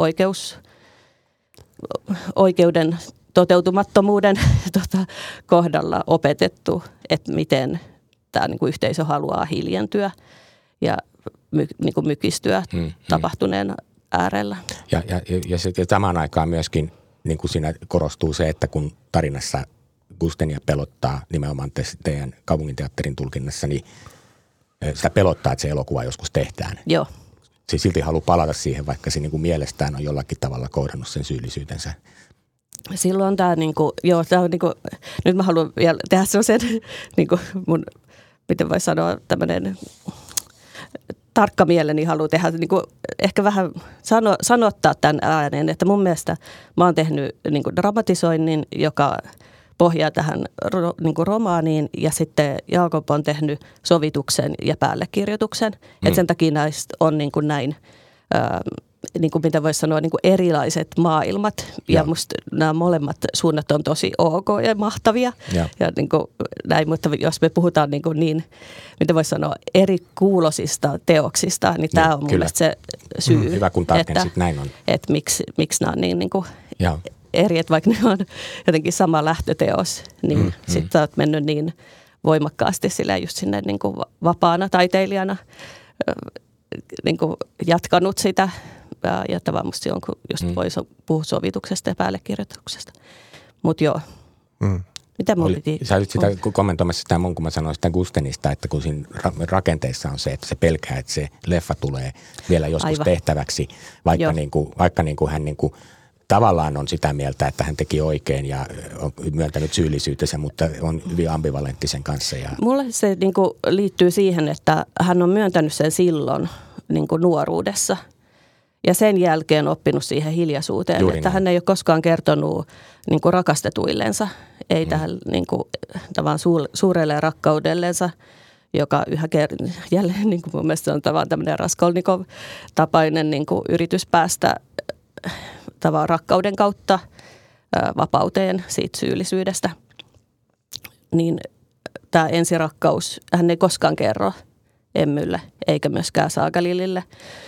oikeuden toteutumattomuuden kohdalla opetettu, että miten tämä niin kuin yhteisö haluaa hiljentyä ja niin kuin mykistyä tapahtuneen äärellä. Ja samaan aikaan myöskin niin kuin siinä korostuu se, että kun tarinassa Gustenia pelottaa nimenomaan teidän kaupunginteatterin tulkinnassa, niin sitä pelottaa, että se elokuva joskus tehdään. Joo. Se silti haluaa palata siihen, vaikka se niin kuin mielestään on jollakin tavalla kohdannut sen syyllisyytensä. Silloin tämä nyt mä haluan vielä tehdä sellaisen mun, miten voi sanoa, tämmöinen tarkka mieleni haluaa tehdä, ehkä vähän sanottaa tämän ääneen, että mun mielestä mä oon tehnyt dramatisoinnin, joka pohjaa tähän romaaniin, ja sitten Jaakob on tehnyt sovituksen ja päällekirjoituksen. Että sen takia näistä on näin, mitä voisi sanoa, erilaiset maailmat. Ja musta nämä molemmat suunnat on tosi ok ja mahtavia. Ja näin, mutta jos me puhutaan niin, mitä voisi sanoa, eri kuulosista teoksista, niin tämä on mun mielestä se syy. Hyvä, kun tarkensit, näin on. Että miksi nämä on niin eri, että vaikka ne on jotenkin sama lähtöteos, niin sitten sä oot mennyt niin voimakkaasti sillä just sinne vapaana taiteilijana jatkanut sitä. Ja tavallaan musta silloin, kun just voi puhua sovituksesta ja päällekirjoituksesta. Mutta joo. Mitä mun piti? Sä olit sitä kommentoimassa sitä mun, kun mä sanoin sitä Gustenista, että kun siinä rakenteissa on se, että se pelkää, että se leffa tulee vielä joskus tehtäväksi, vaikka hän tavallaan on sitä mieltä, että hän teki oikein ja on myöntänyt syyllisyytensä, mutta on hyvin ambivalentti sen kanssa. Mulle se liittyy siihen, että hän on myöntänyt sen silloin nuoruudessa ja sen jälkeen oppinut siihen hiljaisuuteen. Juuri että näin. Hän ei ole koskaan kertonut rakastetuillensa, ei tähän tavan suurelle rakkaudellensa, joka yhä jälleen mun mielestä on tavan tämmöinen Raskolnikov-tapainen yritys päästä tavan rakkauden kautta vapauteen siitä syyllisyydestä. Niin tämä ensirakkaus, hän ei koskaan kerro Emmylle eikä myöskään Saagalilille.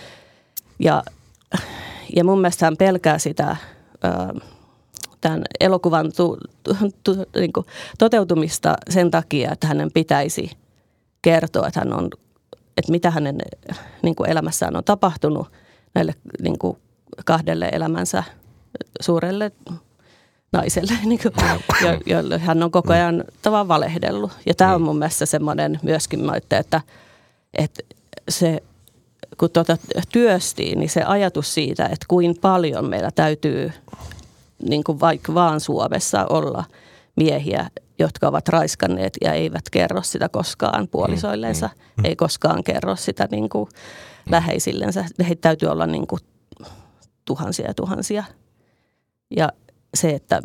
Ja mun mielestä hän pelkää sitä tämän elokuvan toteutumista sen takia, että hänen pitäisi kertoa, että mitä hänen elämässään on tapahtunut näille kahdelle elämänsä suurelle naiselle, jolle hän on koko ajan tavan valehdellut. Ja tämä on mun mielestä semmoinen myöskin, että se, kun työstiin, niin se ajatus siitä, että kuinka paljon meillä täytyy vaikka vaan Suomessa olla miehiä, jotka ovat raiskanneet ja eivät kerro sitä koskaan puolisoillensa, ei koskaan kerro sitä läheisillensä. Heitä täytyy olla tuhansia ja tuhansia. Ja se, että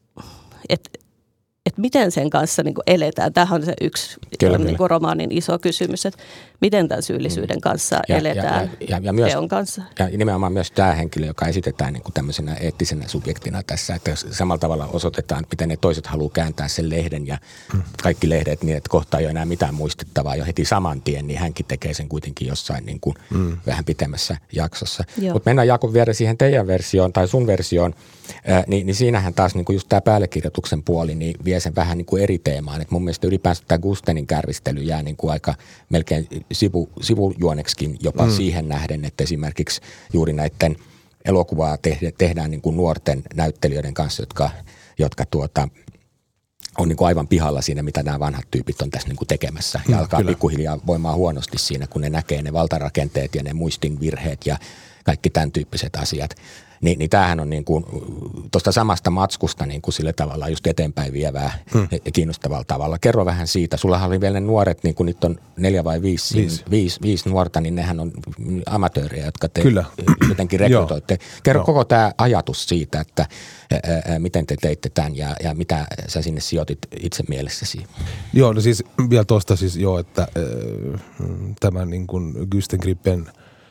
miten sen kanssa eletään. Tämähän on se yksi romaanin iso kysymys, että miten tämän syyllisyyden kanssa eletään ja myös, teon kanssa. Ja nimenomaan myös tämä henkilö, joka esitetään tämmöisenä eettisenä subjektina tässä, että samalla tavalla osoitetaan, että miten ne toiset haluaa kääntää sen lehden ja kaikki lehdet niin, että kohta ei ole enää mitään muistettavaa jo heti saman tien, niin hänkin tekee sen kuitenkin jossain vähän pitemmässä jaksossa. Mutta mennään Jaakob vielä siihen teidän versioon tai sun versioon, niin siinähän taas just tämä päällekirjoituksen puoli niin vie sen vähän eri teemaan. Et mun mielestä ylipäänsä tämä Gustenin kärvistely jää aika melkein sivujuoneksikin jopa siihen nähden, että esimerkiksi juuri näiden elokuvaa tehdään nuorten näyttelijöiden kanssa, jotka on aivan pihalla siinä, mitä nämä vanhat tyypit on tässä tutekemässä. Ja alkaa pikkuhiljaa voimaan huonosti siinä, kun ne näkee ne valtarakenteet ja ne muistinvirheet ja kaikki tämän tyyppiset asiat. Niin tämähän on tuosta samasta matskusta sillä tavalla just eteenpäin vievää ja kiinnostavalla tavalla. Kerro vähän siitä. Sullahan oli vielä ne nuoret, niitä on 4 vai 5 nuorta, niin nehän on amatöörejä, jotka te jotenkin rekrytoitte. Kerro koko tämä ajatus siitä, että miten te teitte tämän ja mitä sä sinne sijoitit itse mielessäsi. Joo, no siis vielä tuosta että tämän Güsten Gripen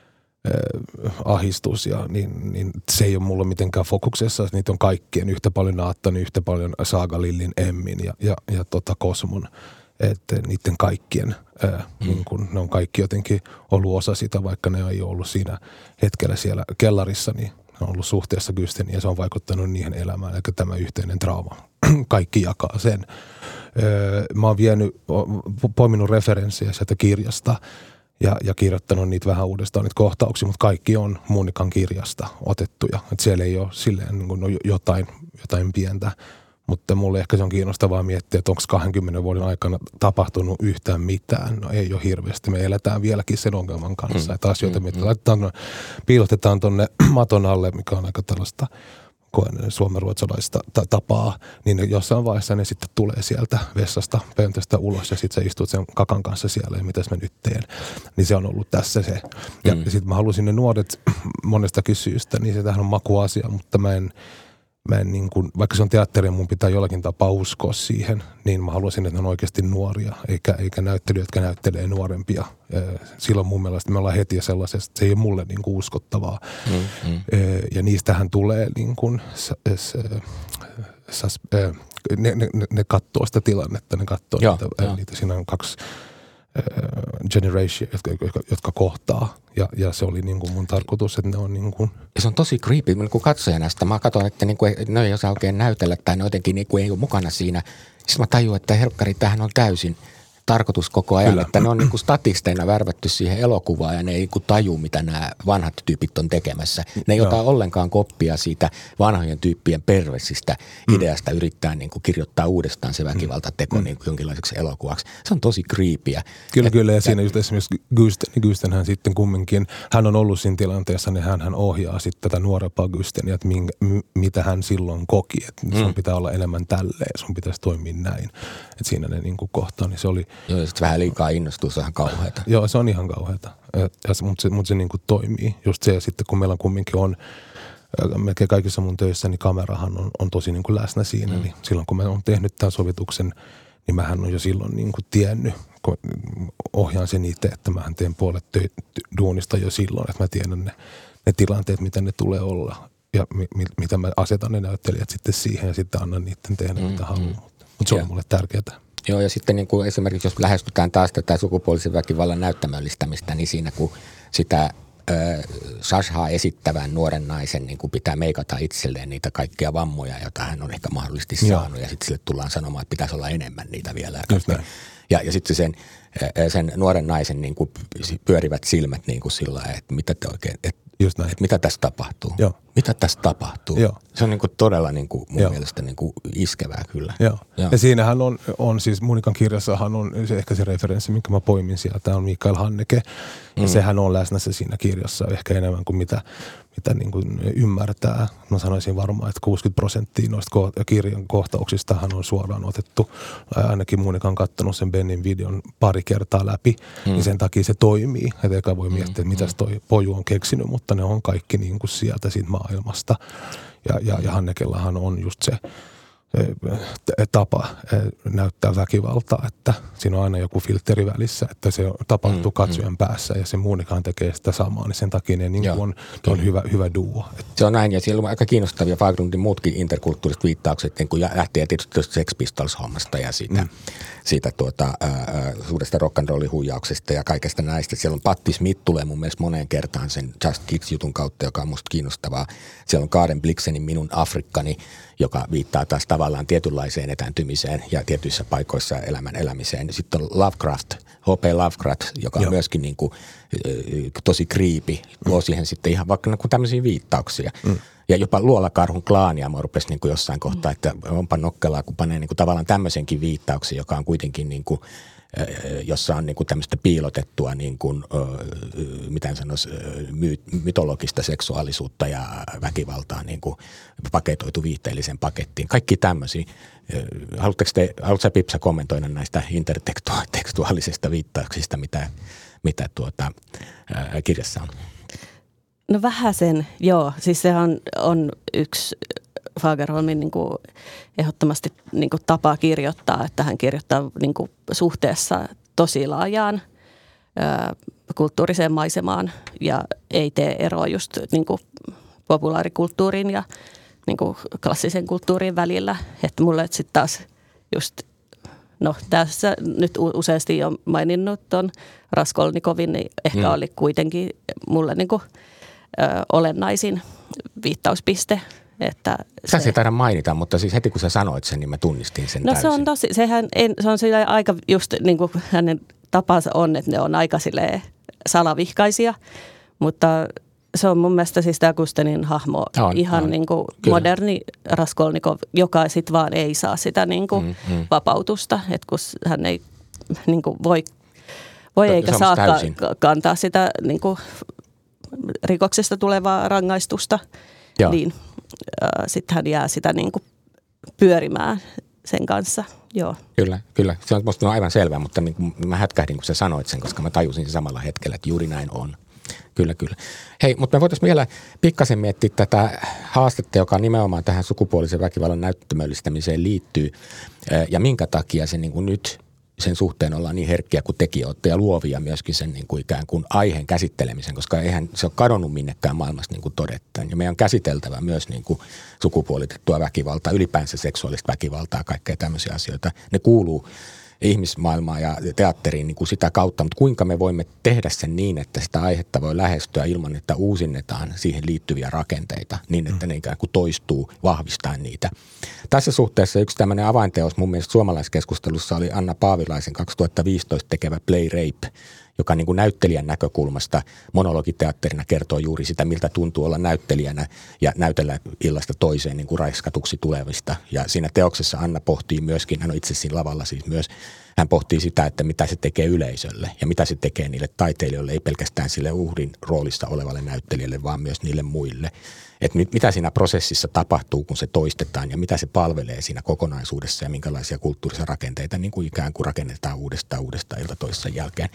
ahistus, ja niin se ei ole mulla mitenkään fokuksessa. Niitä on kaikkien yhtä paljon Naattan, yhtä paljon Saga Lillin, Emmin ja Cosmon. Että niiden kaikkien, niin kun ne on kaikki jotenkin ollut osa sitä, vaikka ne ei ollut siinä hetkellä siellä kellarissa, niin ne on ollut suhteessa Gysteniin ja se on vaikuttanut niihin elämään, eli tämä yhteinen trauma. Kaikki jakaa sen. Mä oon poiminut referenssejä sieltä kirjasta ja kirjoittanut niitä vähän uudestaan, niitä kohtauksia, mutta kaikki on Monikan kirjasta otettuja. Että siellä ei ole silleen niin kuin jotain pientä. Mutta mulle ehkä se on kiinnostavaa miettiä, että onko 20 vuoden aikana tapahtunut yhtään mitään. No ei ole hirveästi. Me eletään vieläkin sen ongelman kanssa. Että asioita piilotetaan tuonne maton alle, mikä on aika tällaista suomenruotsalaista tapaa. Niin jossain vaiheessa ne sitten tulee sieltä vessasta, pöntöstä ulos ja sitten sä istut sen kakan kanssa siellä ja mitäs mä nyt teen. Niin se on ollut tässä se. Ja sitten mä halusin ne nuoret monestakin syystä, niin se tähän on makuasia, mutta mä en niin kuin, vaikka se on teatteri, mun pitää jollakin tapaa uskoa siihen, niin mä haluaisin, että ne on oikeasti nuoria, eikä näyttelijöitä, jotka näyttelee nuorempia. Silloin mun mielestä me ollaan heti sellaisesta, että se ei ole mulle niin kuin uskottavaa. Ja niistähän tulee niin kuin, ne katsoo sitä tilannetta, ne katsoo niitä, siinä on 2 generation, jotka kohtaa. Ja se oli niin kuin mun tarkoitus, että ne on niin kuin... Ja se on tosi creepy, kun katsojana sitä. Mä katson, että niinku, ne ei osaa oikein näytellä tai ne jotenkin niinku ei ole mukana siinä. Sitten mä tajuan, että helkkari, tämähän on täysin tarkoitus koko ajan, kyllä, että ne on niinku statisteina värvätty siihen elokuvaan ja ne ei niinku taju, mitä nämä vanhat tyypit on tekemässä. Ne ei ota ollenkaan koppia siitä vanhojen tyyppien perversistä ideasta yrittää niinku kirjoittaa uudestaan se väkivaltateko niinku jonkinlaiseksi elokuvaksi. Se on tosi creepyä. Kyllä, ja siinä just esimerkiksi Gystenhän sitten kumminkin, hän on ollut siinä tilanteessa, niin hän ohjaa sitten tätä nuorempaa Gysteniä, että mitä hän silloin koki, että sun pitää olla enemmän tälleen, sun pitäisi toimia näin. Että siinä ne niinku kohtaa, niin se oli... Joo, ja sitten vähän liikaa innostuu, se on ihan kauheata. Joo, se on ihan kauheata, mutta se niin kuin toimii. Just se, ja sitten kun meillä kumminkin on, melkein kaikissa mun töissä, niin kamerahan on tosi niin kuin läsnä siinä. Niin silloin kun mä oon tehnyt tämän sovituksen, niin mähän on jo silloin niin kuin tiennyt, kun ohjaan sen itse, että mähän teen puolet duunista jo silloin, että mä tiedän ne tilanteet, mitä ne tulee olla. Ja mitä mä asetan ne näyttelijät sitten siihen ja sitten annan niiden tehdä, mitä haluaa. Mutta se on mulle tärkeää. Joo, ja sitten niin kuin esimerkiksi jos lähestytään taas tätä sukupuolisen väkivallan näyttämöllistämistä, niin siinä kun sitä Sashaa esittävän nuoren naisen niin kuin pitää meikata itselleen niitä kaikkia vammoja, joita hän on ehkä mahdollisesti saanut, ja sitten sille tullaan sanomaan, että pitäisi olla enemmän niitä vielä. Ja sitten sen nuoren naisen niin kuin pyörivät silmät niin kuin sillä lailla, että mitä te oikein, että mitä tässä tapahtuu. Joo. Mitä tässä tapahtuu? Joo. Se on niin kuin todella niin kuin mun mielestä niin kuin iskevää kyllä. Joo. Ja siinähän on siis Monikan kirjassahan on ehkä se referenssi, minkä mä poimin sieltä, on Mikael Haneke. Ja sehän on läsnä se siinä kirjassa ehkä enemmän kuin mitä niin kuin ymmärtää. Mä sanoisin varmaan, että 60% noista kirjan kohtauksistahan on suoraan otettu. Ainakin Monika on katsonut sen Bennin videon pari kertaa läpi, niin sen takia se toimii. Että eikä voi miettiä, että mitäs toi poju on keksinyt, mutta ne on kaikki niin kuin sieltä siitä maailmasta. Ja Hannekellahan on just se tapa näyttää väkivaltaa, että siinä on aina joku filtteri välissä, että se tapahtuu katsojan päässä ja se Monikaan tekee sitä samaa, niin sen takia ne niin on hyvä duo. Se on näin ja siellä on aika kiinnostavia Fagerlundin muutkin interkulttuuriset viittaukset, niin kun lähtee tietysti Sex Pistols-hommasta ja siitä suuresta rock'n'rollin huijauksesta ja kaikesta näistä. Siellä on Patti Smith tulee mun mielestä moneen kertaan sen Just Kids-jutun kautta, joka on musta kiinnostavaa. Siellä on Karen Blixenin Minun Afrikkani, joka viittaa taas tavallaan tietynlaiseen etääntymiseen ja tietyissä paikoissa elämän elämiseen. Sitten on Lovecraft, H.P. Lovecraft, joka on myöskin niin kuin, tosi creepy, luo siihen sitten ihan vaikka tämmöisiä viittauksia. Ja jopa Luolakarhun klaania mä rupesin niin kuin jossain kohtaa, että onpa nokkelaa, kun panee niin kuin tavallaan tämmöisenkin viittauksen, joka on kuitenkin niin kuin, jossa on niin kuin tämmöistä piilotettua, niin kuin, miten sanoisi, mytologista seksuaalisuutta ja väkivaltaa niin kuin paketoitu viihteellisen pakettiin. Kaikki tämmöisiä. Haluatko Pipsa kommentoida näistä intertekstuaalisista viittauksista, mitä kirjassa on? No vähäsen, joo. Siis sehän on yksi Fagerholmin niin kuin ehdottomasti niin kuin tapa kirjoittaa, että hän kirjoittaa niin kuin suhteessa tosi laajaan kulttuuriseen maisemaan ja ei tee eroa just niin kuin populaarikulttuurin ja niin kuin klassisen kulttuurin välillä. Että mulle sitten taas just, no tässä nyt useasti on maininnut ton Raskolnikovin, niin ehkä oli kuitenkin mulle niin kuin, olennaisin viittauspiste. Sä ei taida mainita, mutta siis heti kun sä sanoit sen, niin mä tunnistin sen täysin. Se on tosi, se on aika just niin kuin hänen tapansa on, että ne on aika silleen salavihkaisia, mutta se on mun mielestä siis tämä Kustenin hahmo ihan niin kuin moderni Raskolnikov, joka sitten vaan ei saa sitä niin kuin vapautusta, että kun hän ei niin kuin voi eikä saa kantaa sitä niin kuin rikoksesta tulevaa rangaistusta, niin sitten hän jää sitä niin kuin pyörimään sen kanssa. Joo. Kyllä. Se on musta aivan selvää, mutta niin kuin mä hätkähdin, kun sä sanoit sen, koska mä tajusin sen samalla hetkellä, että juuri näin on. Kyllä. Hei, mutta me voitaisiin vielä pikkasen miettiä tätä haastetta, joka nimenomaan tähän sukupuolisen väkivallan näyttämöllistämiseen liittyy ja minkä takia se niin kuin nyt sen suhteen ollaan niin herkkiä, kun tekin olette ja luovia myöskin sen niin kuin ikään kuin aiheen käsittelemisen, koska eihän se ole kadonnut minnekään maailmassa niin kuin todettaan. Ja meidän on käsiteltävä myös niin kuin sukupuolitettua väkivaltaa, ylipäänsä seksuaalista väkivaltaa, kaikkea tämmöisiä asioita. Ne kuuluu ihmismaailmaan ja teatteriin niin kuin sitä kautta, mutta kuinka me voimme tehdä sen niin, että sitä aihetta voi lähestyä ilman, että uusinnetaan siihen liittyviä rakenteita niin, että ne ikään kuin toistuu vahvistaen niitä. Tässä suhteessa yksi tämmöinen avainteos mun mielestä suomalaiskeskustelussa oli Anna Paavilaisen 2015 tekevä Play Rape, joka niin kuin näyttelijän näkökulmasta monologiteatterina kertoo juuri sitä, miltä tuntuu olla näyttelijänä ja näytellä illasta toiseen niin kuin raiskatuksi tulevista. Ja siinä teoksessa Anna pohtii myöskin, hän on itse siinä lavalla siis myös, hän pohtii sitä, että mitä se tekee yleisölle ja mitä se tekee niille taiteilijoille, ei pelkästään sille uhrin roolissa olevalle näyttelijälle, vaan myös niille muille. Että mitä siinä prosessissa tapahtuu, kun se toistetaan ja mitä se palvelee siinä kokonaisuudessa ja minkälaisia kulttuurisia rakenteita niin kuin ikään kuin rakennetaan uudestaan ilta toisessa jälkeen.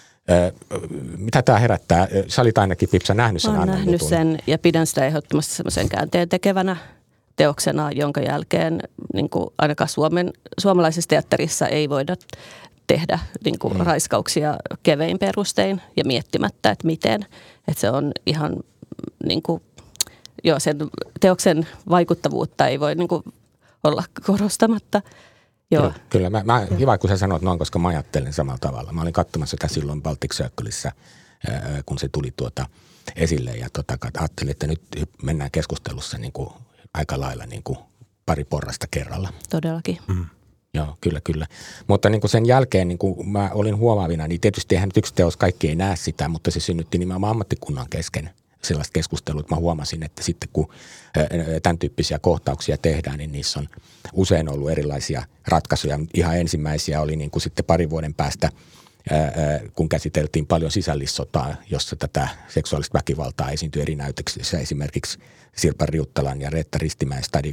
Mitä tämä herättää? Sä olit ainakin, Pipsa, nähnyt sen. Olen nähnyt sen ja pidän sitä ehdottomasti semmoisen käänteen tekevänä teoksena, jonka jälkeen niin kuin ainakaan suomalaisessa teatterissa ei voida tehdä niin kuin raiskauksia kevein perustein ja miettimättä, että miten. Että se on ihan niin kuin, sen teoksen vaikuttavuutta ei voi niin kuin olla korostamatta. Joo. Kyllä. Hyvä, kun sä sanoit noin, koska mä ajattelen samalla tavalla. Mä olin katsomassa sitä silloin Baltic Circleissa, kun se tuli esille ja ajattelin, että nyt mennään keskustelussa niin kuin aika lailla niin kuin pari porrasta kerralla. Todellakin. Joo, kyllä. Mutta niin kuin sen jälkeen niin kuin mä olin huomaavina, niin tietysti eihän nyt yksi teos, kaikki ei näe sitä, mutta se synnytti nimenomaan ammattikunnan kesken sellaista keskustelua, että mä huomasin, että sitten kun tämän tyyppisiä kohtauksia tehdään, niin niissä on usein ollut erilaisia ratkaisuja. Ihan ensimmäisiä oli niin kuin sitten parin vuoden päästä, kun käsiteltiin paljon sisällissotaa, jossa tätä seksuaalista väkivaltaa esiintyi eri näytöksissä. Esimerkiksi Sirpa Riuttalan ja Reetta Ristimäen Stadi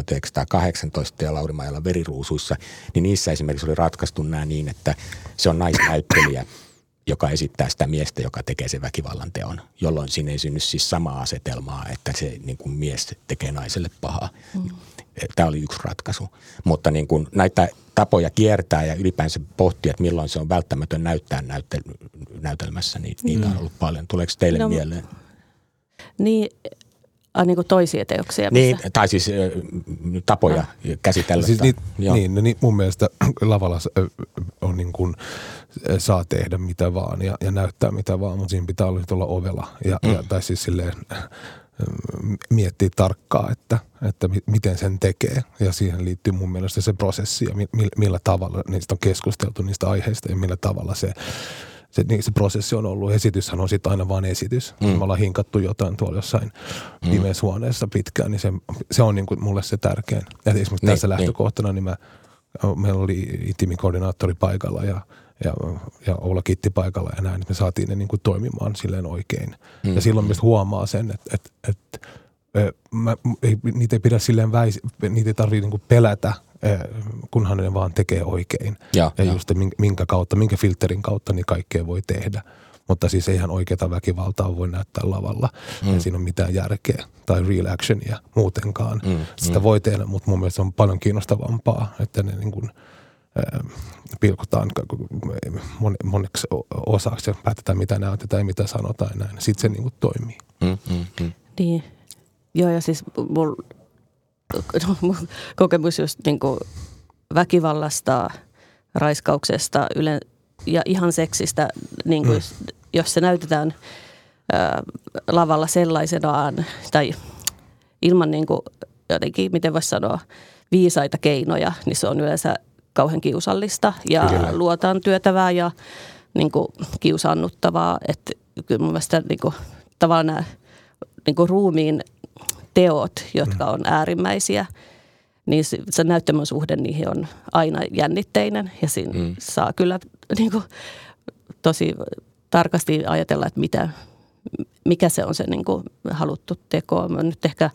1918 ja Lauri Maijalan Veriruusuissa, niin niissä esimerkiksi oli ratkaistu nämä niin, että se on naisnäyttelijä, joka esittää sitä miestä, joka tekee sen väkivallan teon, jolloin siinä ei synny siis samaa asetelmaa, että se niin kuin mies tekee naiselle pahaa. Tämä oli yksi ratkaisu. Mutta niin kuin näitä tapoja kiertää ja ylipäänsä pohtia, että milloin se on välttämätön näyttää näytelmässä, niin niitä on ollut paljon. Tuleeko teille mieleen? Niin kuin toisia teoksia. Niin, tai siis tapoja käsitellä. Siis niin, mun mielestä lavalla on niin kuin, saa tehdä mitä vaan ja näyttää mitä vaan, mutta siinä pitää olla ovela. Tai siis silleen miettiä tarkkaan, että miten sen tekee. Ja siihen liittyy mun mielestä se prosessi ja millä tavalla niistä on keskusteltu niistä aiheista ja millä tavalla se prosessi on ollut. Esityshän on sitten aina vain esitys. Me ollaan hinkattu jotain tuolla jossain pimeässä huoneessa pitkään, niin se on niinku mulle se tärkein. Ja esimerkiksi tässä lähtökohtana, niin meillä oli intiimikoordinaattori paikalla ja Oula Kitti paikalla ja näin, että me saatiin ne niinku toimimaan silleen oikein. Ja silloin myös huomaa sen, että niitä ei pidä silleen niitä ei tarvitse niinku pelätä, kunhan ne vaan tekee oikein. Ja just minkä filterin kautta niin kaikkea voi tehdä. Mutta siis eihän oikeata väkivaltaa voi näyttää lavalla. Ei siinä ole mitään järkeä tai real actionia muutenkaan. Sitä voi tehdä, mutta mun mielestä se on paljon kiinnostavampaa, että ne niin kuin, pilkotaan moneksi osaksi ja päätetään, mitä näytetään ja mitä sanotaan ja näin. Sitten se niin kuin toimii. Niin. Joo, ja siis mun kokemus just niin kuin väkivallasta, raiskauksesta ja ihan seksistä, niin kuin jos se näytetään lavalla sellaisenaan tai ilman niin kuin jotenkin, miten voisi sanoa, viisaita keinoja, niin se on yleensä kauhean kiusallista ja luotaan työtävää ja niin kuin kiusaannuttavaa. Että kyllä mun mielestä niin kuin, tavallaan nämä niin kuin ruumiin teot, jotka on äärimmäisiä, niin se näyttämön suhde niihin on aina jännitteinen ja siinä saa kyllä niin kuin, tosi tarkasti ajatella, että mikä se on se niin kuin haluttu teko. Mä nyt ehkä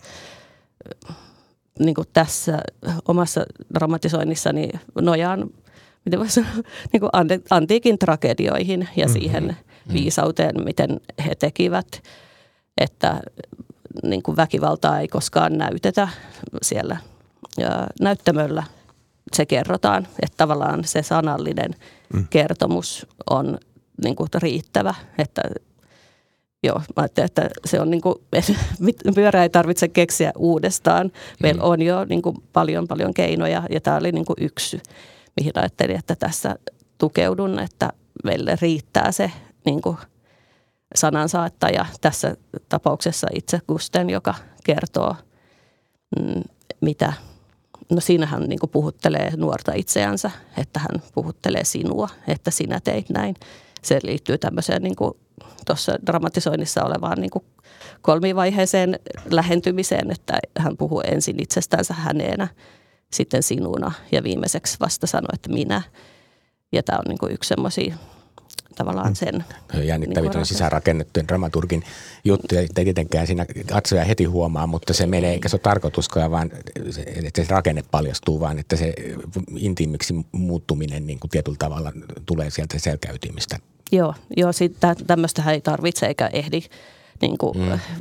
niin kuin tässä omassa dramatisoinnissani nojaan, miten voisi sanoa, niin kuin antiikin tragedioihin ja siihen viisauteen, miten he tekivät, että niin kuin väkivaltaa ei koskaan näytetä siellä näyttämöllä. Se kerrotaan, että tavallaan se sanallinen kertomus on niin kuin riittävä, että joo, mä ajattelen, että se on niin kuin, pyörää ei tarvitse keksiä uudestaan. Meillä on jo niin kuin paljon keinoja ja tämä oli niin kuin yksi, mihin ajattelin, että tässä tukeudun, että meille riittää se niin kuin sanansaattaja tässä tapauksessa itse Gusten, joka kertoo mitä. No siinä hän niin kuin puhuttelee nuorta itseänsä, että hän puhuttelee sinua, että sinä teit näin. Se liittyy tämmöiseen niin kuin tuossa dramatisoinnissa olevaan niin kuin kolmivaiheeseen lähentymiseen, että hän puhuu ensin itsestänsä häneenä, sitten sinuna ja viimeiseksi vasta sanoo, että minä. Ja tämä on niin kuin yksi semmoisia tavallaan sen. Jännittäviä niin sisäänrakennettujen dramaturgin juttuja, ei tietenkään siinä katsoja heti huomaa, mutta se menee, eikä se ole tarkoituskaan, vaan että se rakenne paljastuu, vaan että se intiimiksi muuttuminen niin kuin tietyllä tavalla tulee sieltä selkäytimistä. Joo, tämmöistähän ei tarvitse eikä ehdi niin kuin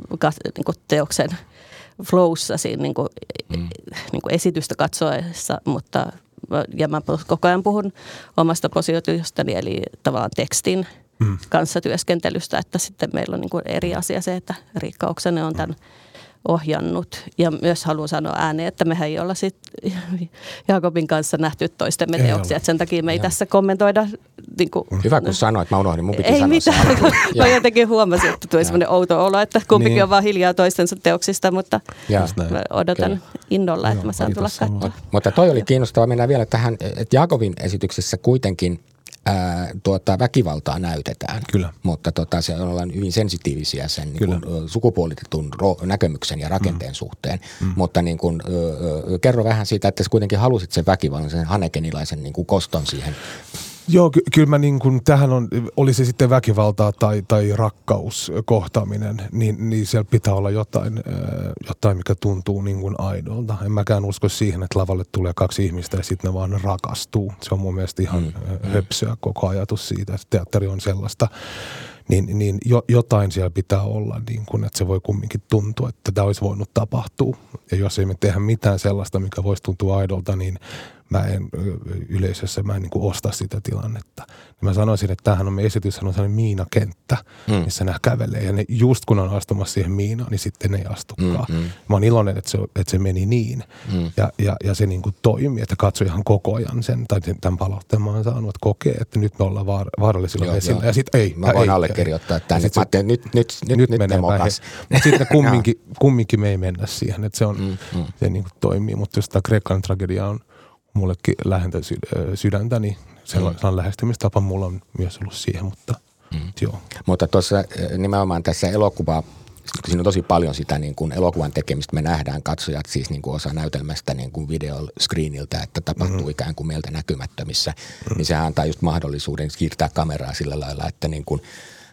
teoksen flowssa siinä niin kuin esitystä katsoessa, mutta ja mä koko ajan puhun omasta positiostani, eli tavallaan tekstin kanssa työskentelystä, että sitten meillä on niin kuin eri asia se, että Riikka Oksanen on tämän ohjannut. Ja myös haluan sanoa ääneen, että mehän ei olla sitten Jaakobin kanssa nähty toistemme teoksia, että sen takia me ei tässä kommentoida. Niin kuin, hyvä, kun sanoit, mä unohdin, mun piti ei sanoa mitään, mä jotenkin huomasin, että tuli semmoinen outo olo, että kumpikin on vaan hiljaa toistensa teoksista, mutta mä odotan innolla, että mä saan tulla katsoa. Mutta toi oli kiinnostavaa, mennään vielä tähän, että Jaakobin esityksessä kuitenkin väkivaltaa näytetään, kyllä. Mutta se ollaan hyvin sensitiivisiä sen niin kuin, sukupuolitetun näkemyksen ja rakenteen suhteen. Mutta niin kuin, kerro vähän siitä, että sä kuitenkin halusit sen väkivallan, sen hanekenilaisen niin kuin koston siihen. Joo, kyllä mä niin kuin, tähän oli se sitten väkivaltaa tai rakkauskohtaaminen, niin siellä pitää olla jotain, mikä tuntuu niin kuin aidolta. En mäkään usko siihen, että lavalle tulee kaksi ihmistä ja sitten ne vaan rakastuu. Se on mun mielestä ihan höpsöä koko ajatus siitä, että teatteri on sellaista. Niin jotain siellä pitää olla, niin kun, että se voi kumminkin tuntua, että tämä olisi voinut tapahtua. Ja jos ei me tehdä mitään sellaista, mikä voisi tuntua aidolta, niin mä en niin kuin osta sitä tilannetta. Ja mä sanoisin, että tämähän on esityshän on sellainen miinakenttä, missä nämä kävelee. Ja ne just kun on astumassa siihen miinaan, niin sitten ne ei astukaan. Mä oon iloinen, että se meni niin. Ja se niin kuin toimii, että katso ihan koko ajan sen, tai tämän palautteen mä oon saanut, että kokee, että nyt me ollaan vaarallisilla vesillä. Ja sitten ei. Mä voin allekirjoittaa tämän. Nyt menee mokas. Mutta sitten kumminkin me ei mennä siihen, että se niin kuin toimii. Mutta jos tämä kreikkalainen tragedia on mullekin lähentä sydäntä, niin sellainen lähestymistapa mulla on myös ollut siihen, mutta joo. Mutta tuossa nimenomaan tässä elokuvaa, siinä on tosi paljon sitä niin kuin elokuvan tekemistä. Me nähdään katsojat siis niin kuin osa näytelmästä niin kuin videoscreeniltä, että tapahtuu ikään kuin meiltä näkymättömissä. Niin sehän antaa just mahdollisuuden siirtää kameraa sillä lailla, että niin kuin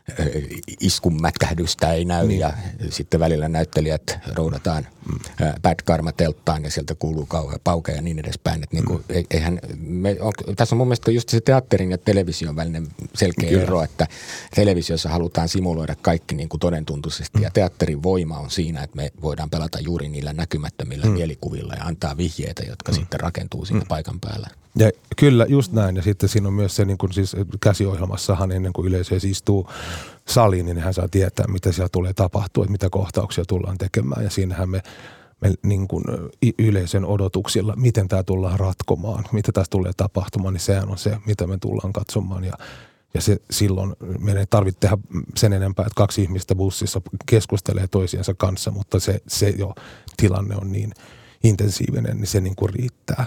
iskun mätkähdystä ei näy ja sitten välillä näyttelijät roudataan Bad Karma-telttaan ja sieltä kuuluu kauhea pauke ja niin edespäin. Että niinku, tässä on mun mielestä just se teatterin ja television välinen selkeä ero, että televisiossa halutaan simuloida kaikki niin kuin todentuntuisesti ja teatterin voima on siinä, että me voidaan pelata juuri niillä näkymättömillä mielikuvilla ja antaa vihjeitä, jotka sitten rakentuu siinä paikan päällä. Ja kyllä, just näin. Ja sitten siinä on myös se, niin kuin siis käsiohjelmassahan ennen kuin yleisö istuu saliin, niin hän saa tietää, mitä siellä tulee tapahtua, että mitä kohtauksia tullaan tekemään. Ja siinähän me niin kuin yleisön odotuksilla, miten tämä tullaan ratkomaan, mitä tässä tulee tapahtumaan, niin sehän on se, mitä me tullaan katsomaan. Ja se silloin meidän ei tarvitse tehdä sen enempää, että 2 ihmistä bussissa keskustelee toisiensa kanssa, mutta se jo tilanne on niin intensiivinen, niin se niin kuin riittää.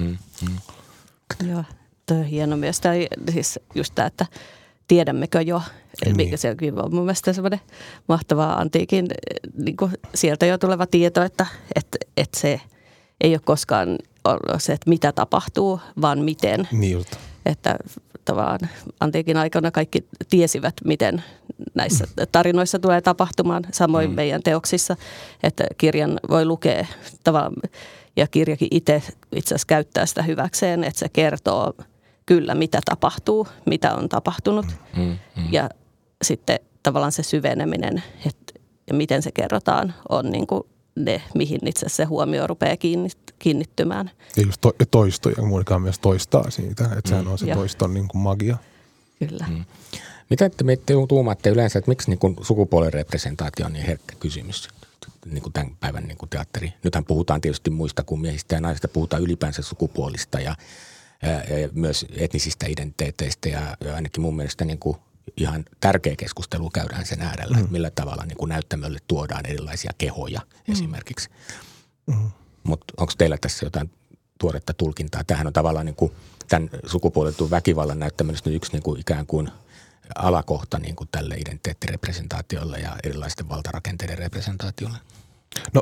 Joo, toi on hieno myös. Tai siis just tämä, että tiedämmekö jo, mikä se on mun mielestä semmoinen mahtavaa antiikin, niin kuin sieltä jo tuleva tieto, että se ei ole koskaan ollut se, että mitä tapahtuu, vaan miten. Niin just. Että tavallaan antiikin aikana kaikki tiesivät, miten näissä tarinoissa tulee tapahtumaan, samoin meidän teoksissa, että kirjan voi lukea tavallaan, ja kirjakin itse asiassa käyttää sitä hyväkseen, että se kertoo kyllä, mitä tapahtuu, mitä on tapahtunut. Ja sitten tavallaan se syveneminen, ja miten se kerrotaan, on niin kuin ne, mihin itse asiassa se huomio rupeaa kiinnittymään. Ja just toistoja, Monika myös toistaa siitä, että sehän on se toiston niin kuin magia. Kyllä. Mitä te tuumaatte yleensä, että miksi niin kuin sukupuolen representaatio on niin herkkä kysymys? Niin kuin tämän päivän niin kuin teatteri. Nythän puhutaan tietysti muista kuin miehistä ja naisista, puhutaan ylipäänsä sukupuolista ja myös etnisistä identiteeteistä ja ainakin mun mielestä niin kuin ihan tärkeä keskustelu käydään sen äärellä, että millä tavalla niin kuin näyttämölle tuodaan erilaisia kehoja esimerkiksi. Mutta onko teillä tässä jotain tuoretta tulkintaa? Tämähän on tavallaan niin kuin tämän sukupuolitun väkivallan näyttämöllistä yksi niin kuin ikään kuin alakohta niin kuin tälle identiteettirepresentaatiolle ja erilaisten valtarakenteiden representaatiolle. No,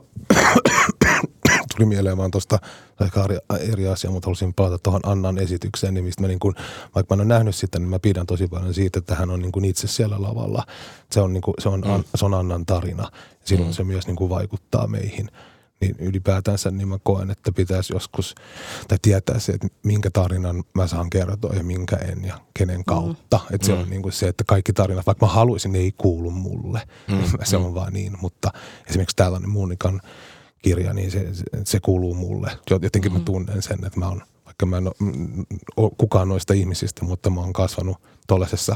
tuli mieleen vaan tuosta aika eri asia, mutta halusin palata tuohon Annan esitykseen, niin mistä mä niin kuin, vaikka mä en ole nähnyt sitä, niin mä pidän tosi paljon siitä, että hän on niin kuin itse siellä lavalla. Se on Annan tarina. Silloin se myös niin kuin vaikuttaa meihin. Niin ylipäätänsä niin mä koen, että pitäisi joskus, tai tietää se, että minkä tarinan mä saan kertoa ja minkä en ja kenen kautta. Että se on niin kuin se, että kaikki tarinat, vaikka mä haluaisin, ne ei kuulu mulle. Se on vaan niin, mutta esimerkiksi tällainen Monikan kirja, niin se kuuluu mulle. Jotenkin mä tunnen sen, että mä oon, vaikka mä en ole kukaan noista ihmisistä, mutta mä oon kasvanut tuollaisessa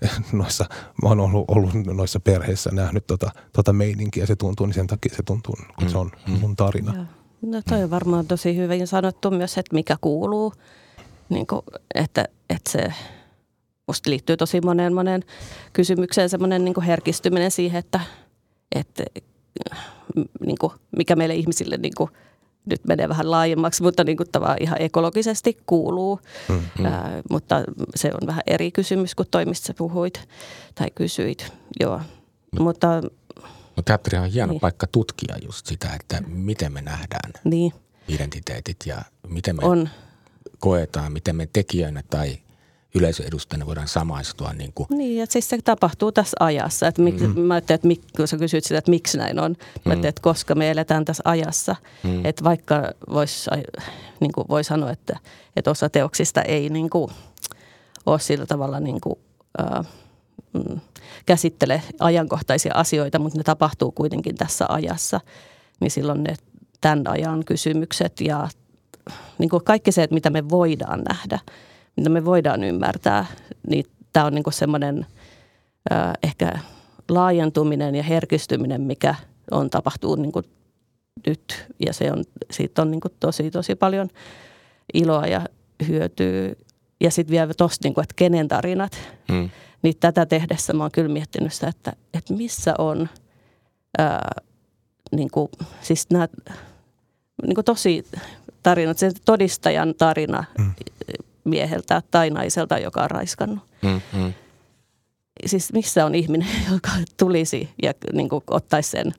mä oon ollut noissa perheissä nähnyt tota meininkiä, se tuntuu, niin sen takia se tuntuu, kun se on mun tarina. Joo. No toi on varmaan tosi hyvin sanottu myös, että mikä kuuluu, niin kuin, että se musta liittyy tosi moneen kysymykseen semmoinen niin kuin herkistyminen siihen, että niin kuin, mikä meille ihmisille niin kuin, nyt menee vähän laajemmaksi, mutta niin kuin ihan ekologisesti kuuluu. Mutta se on vähän eri kysymys kuin toi, mistä sä puhuit tai kysyit. Joo. Mutta teatteri on hieno paikka tutkia just sitä, että miten me nähdään identiteetit ja miten me koetaan, miten me tekijöinä tai yleisöedustajana voidaan samaistua. Niin, ja siis se tapahtuu tässä ajassa. Että mä ajattelin, että kun sä kysyit sitä, että miksi näin on, mä ajattelin, että koska me eletään tässä ajassa. Että vaikka voi sanoa, että osa teoksista ei niin kuin ole sillä tavalla niin kuin, käsittele ajankohtaisia asioita, mutta ne tapahtuu kuitenkin tässä ajassa. Niin silloin ne tämän ajan kysymykset ja niin kuin kaikki se, että mitä me voidaan nähdä, mitä me voidaan ymmärtää, niin tämä on niinku semmoinen ehkä laajentuminen ja herkistyminen, mikä tapahtuu niinku nyt. Ja siitä on niinku tosi paljon iloa ja hyötyä. Ja sitten vielä tuosta, niinku, että kenen tarinat. Niin tätä tehdessä mä oon kyllä miettinyt sitä, että missä on niinku, siis nämä niinku tosi tarinat, se todistajan tarina mieheltä tai naiselta, joka on raiskannut. Siis missä on ihminen, joka tulisi ja niin kuin ottaisi sen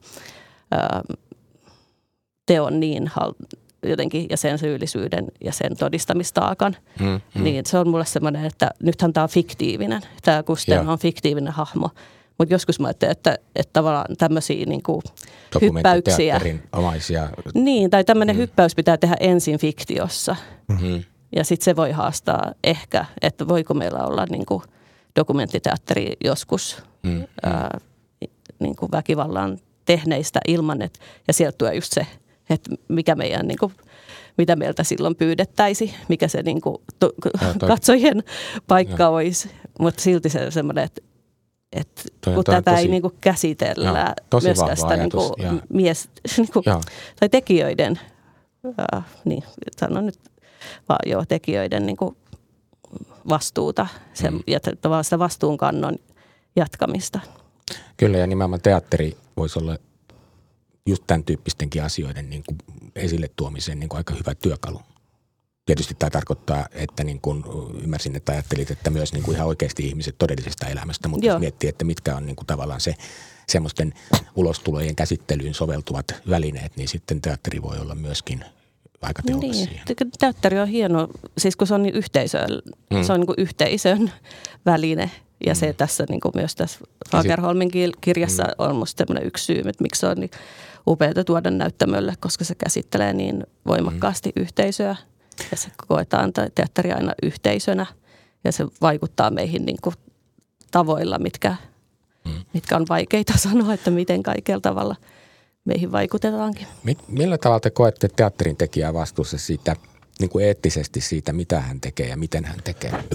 teon niin jotenkin ja sen syyllisyyden ja sen todistamistaakan. Niin se on mulle semmoinen, että nythän tämä on fiktiivinen. Tämä Gusten on fiktiivinen hahmo. Mutta joskus mä ajattelen, että tavallaan tämmöisiä niin kuin hyppäyksiä. Omaisia. Niin, tai tämmöinen hyppäys pitää tehdä ensin fiktiossa. Ja sitten se voi haastaa ehkä, että voiko meillä olla niin kuin dokumenttiteatteri joskus niin kuin väkivallan tehneistä ilman, että, ja sieltä tulee just se, että mikä meidän niin kuin mitä meiltä silloin pyydettäisiin, mikä se niin kuin katsojien paikka olisi. Mutta silti se on semmoinen, että kun tätä ei niin kuin käsitellä myöskään sitä niin kuin tai tekijöiden, niin sanon nyt vaan tekijöiden niin kuin vastuuta ja tavallaan sitä vastuunkannon jatkamista. Kyllä, ja nimenomaan teatteri voisi olla just tämän tyyppistenkin asioiden niin kuin esille tuomisen niin kuin aika hyvä työkalu. Tietysti tämä tarkoittaa, että niin kuin ymmärsin, että ajattelit, että myös niin kuin ihan oikeasti ihmiset todellisesta elämästä, mutta jos miettii, että mitkä on niin kuin tavallaan se semmoisten ulostulojen käsittelyyn soveltuvat välineet, niin sitten teatteri voi olla myöskin aika tehokas siihen. Teatteri on hieno, siis kun se on niin se on niin kuin yhteisön väline. Ja se tässä niin kuin myös tässä Fagerholmin kirjassa on musta semmoinen yksi syy, että miksi se on niin upeata tuoda näyttämölle, koska se käsittelee niin voimakkaasti yhteisöä. Ja se koetaan teatteri aina yhteisönä ja se vaikuttaa meihin niin kuin tavoilla, mitkä on vaikeita sanoa, että miten kaikella tavalla meihin vaikutetaankin. Millä tavalla te koette teatterin tekijää vastuussa siitä, niin kuin eettisesti siitä, mitä hän tekee ja miten hän tekee?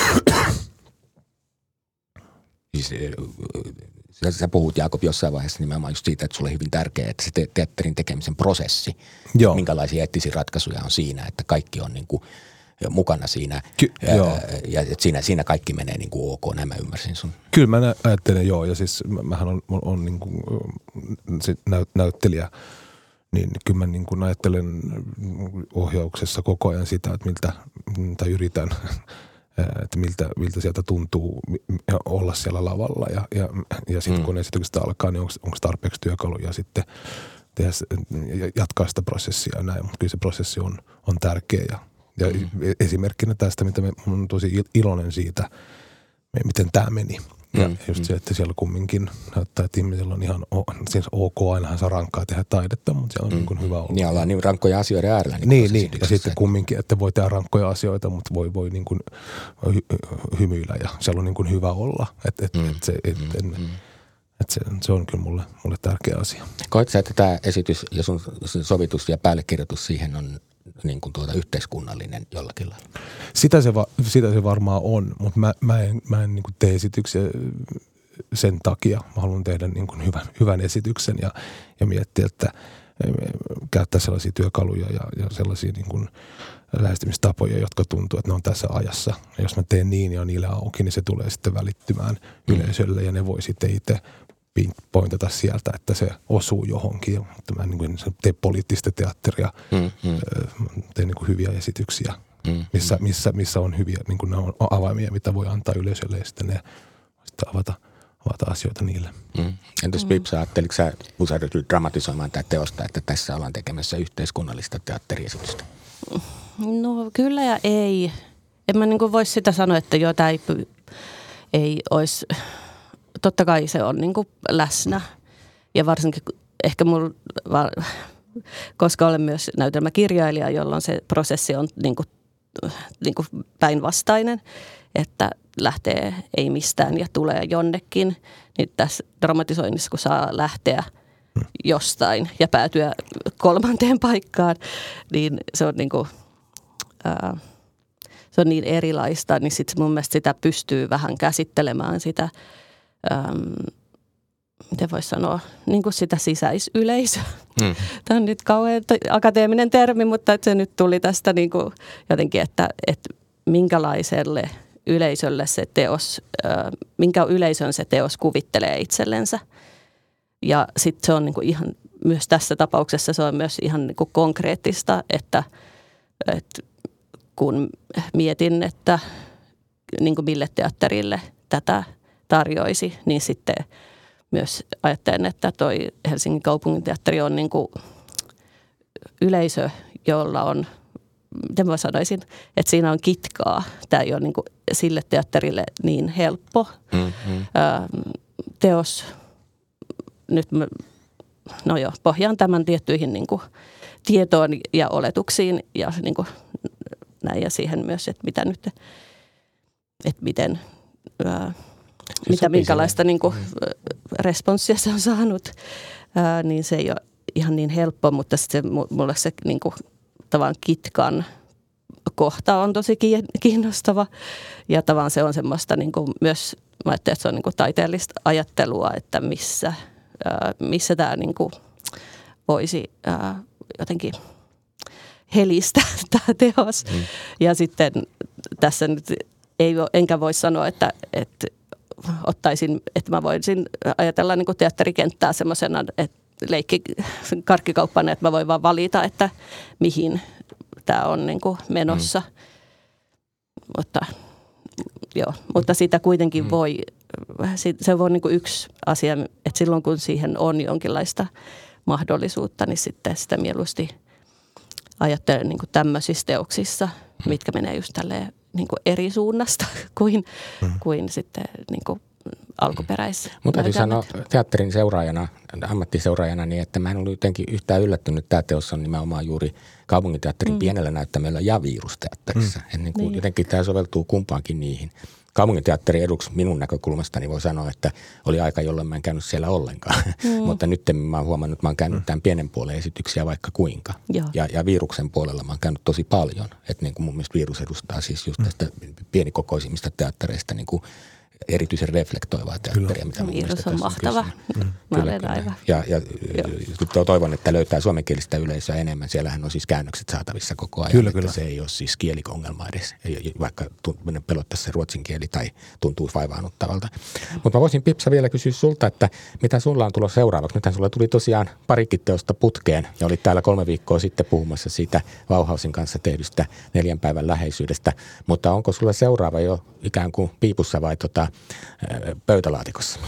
Sä puhut, Jaakob, jossain vaiheessa nimenomaan just siitä, että sulle on hyvin tärkeää, että se teatterin tekemisen prosessi, minkälaisia eettisiä ratkaisuja on siinä, että kaikki on niin kuin mukana siinä ja että siinä kaikki menee niin kuin ok, näin mä ymmärsin sun. Kyllä mä ajattelen ja siis mähän on niin kuin se näyttelijä, niin kyllä mä niin kuin ajattelen ohjauksessa koko ajan sitä, että tai yritän että miltä sieltä tuntuu olla siellä lavalla ja sitten kun esityksestä alkaa, niin onko tarpeeksi työkaluja sitten jatkaa sitä prosessia ja näin, mutta kyllä se prosessi on tärkeä ja esimerkkinä tästä, mitä mä olen tosi iloinen siitä, miten tämä meni. Ja just se, että siellä kumminkin näyttää, että ihmisellä on ihan siis ok, ainahan saa rankkaa tehdä taidetta, mutta siellä on niin kuin hyvä olla. Niin ollaan niin rankkoja asioiden äärellä. Niin, ja sitten kumminkin, että voi tehdä rankkoja asioita, mutta voi niin kuin hymyillä ja siellä on niin kuin hyvä olla. Se on kyllä mulle tärkeä asia. Koetko sä, että tämä esitys ja sun sovitus ja päällekirjoitus siihen on niin kuin yhteiskunnallinen jollakin lailla? Sitä se varmaan on, mutta mä en niin kuin tee esityksiä sen takia. Mä haluan tehdä niin kuin hyvän esityksen ja miettiä, että käyttää sellaisia työkaluja ja sellaisia niin kuin lähestymistapoja, jotka tuntuu, että ne on tässä ajassa. Ja jos mä teen niin ja niille auki, niin se tulee sitten välittymään yleisölle ja ne voi sitten itse pointata sieltä, että se osuu johonkin. Mutta mä en niin tee poliittista teatteria, teen niin kuin hyviä esityksiä, missä on hyviä, niin kuin ne on avaimia, mitä voi antaa yleisölle ja sitten ne avata asioita niille. Entäs Pipsa, ajatteliko sä, kun sä ryhtyit dramatisoimaan tätä teosta, että tässä ollaan tekemässä yhteiskunnallista teatteriesitystä? No kyllä ja ei. En mä niin kuin voisi sitä sanoa, että tämä ei olisi. Totta kai se on niin kuin läsnä ja varsinkin ehkä koska olen myös näytelmäkirjailija, jolloin se prosessi on niin kuin päinvastainen, että lähtee ei mistään ja tulee jonnekin, niin tässä dramatisoinnissa kun saa lähteä jostain ja päätyä 3. paikkaan, niin se on niin kuin, se on niin erilaista, niin sitten mun mielestä sitä pystyy vähän käsittelemään sitä miten voisi sanoa, niin kuin sitä sisäisyleisöä. Tämä on nyt kauhean akateeminen termi, mutta että se nyt tuli tästä niin kuin jotenkin, että minkälaiselle yleisölle se teos, minkä yleisön se teos kuvittelee itsellensä. Ja sitten se on niin kuin ihan, myös tässä tapauksessa se on myös ihan niin kuin konkreettista, että kun mietin, että niin kuin mille teatterille tätä tarjoisi, niin sitten myös ajattelen, että toi Helsingin kaupunginteatteri on niin kuin yleisö, jolla on, miten mä sanoisin, että siinä on kitkaa. Tämä ei ole niin kuin sille teatterille niin helppo teos. Nyt pohjaan tämän tiettyihin niin kuin tietoon ja oletuksiin ja niin kuin näin ja siihen myös, että mitä nyt, että miten minkälaista niin kuin responssia se on saanut, niin se ei ole ihan niin helppo, mutta mulle se niin kuin tavan kitkan kohta on tosi kiinnostava. Ja tavan se on semmoista niin kuin myös, mä ajattelen, että se on niin kuin taiteellista ajattelua, että missä tämä niin kuin voisi jotenkin helistä tämä teos. Ja sitten tässä nyt enkä voi sanoa, että ottaisin, että mä voisin ajatella niin kuin teatterikenttää semmoisena, että karkkikauppana, että mä voin vaan valita, että mihin tämä on niin kuin menossa. Mutta sitä kuitenkin voi, se on niin kuin yksi asia, että silloin kun siihen on jonkinlaista mahdollisuutta, niin sitten sitä mieluusti ajattelen niin kuin tämmöisissä teoksissa, mitkä menee just tälleen niin kuin eri suunnasta kuin sitten niin kuin alkuperäis. Mutta täytyy sanoa teatterin seuraajana, ammattiseuraajana, niin että mä en ollut jotenkin yhtään yllättynyt. Tämä teos on nimenomaan juuri kaupunginteatterin pienellä näyttämöllä ja virusteatterissa. Niin kuin jotenkin tämä soveltuu kumpaankin niihin. Kaupunginteatterin eduksi minun näkökulmastani voi sanoa, että oli aika, jolloin mä en käynyt siellä ollenkaan. Mutta nyt mä oon huomannut, että mä oon käynyt tämän pienen puolen esityksiä vaikka kuinka. Ja Viruksen puolella mä oon käynyt tosi paljon. Että niin kuin mun mielestä Virus edustaa siis just tästä pienikokoisimmista teattereista niin kuin erityisen reflektoivaa teatteria, mitä mun Virus on mahtava. Mä olen aivan. Ja toivon, että löytää suomenkielistä yleisöä enemmän. Siellähän on siis käännökset saatavissa koko ajan. Kyllä. Se ei ole siis kieliongelma edes, vaikka pelottaisi se ruotsin kieli tai tuntuu vaivaannuttavalta. Mutta mä voisin, Pipsa, vielä kysyä sulta, että mitä sulla on tulossa seuraavaksi? Nythän sulla tuli tosiaan parikin teosta putkeen ja olit täällä 3 viikkoa sitten puhumassa siitä Bauhausin kanssa tehdystä 4 päivän läheisyydestä. Mutta onko sulla seuraava jo ikään kuin piipussa vai pöytälaatikossa?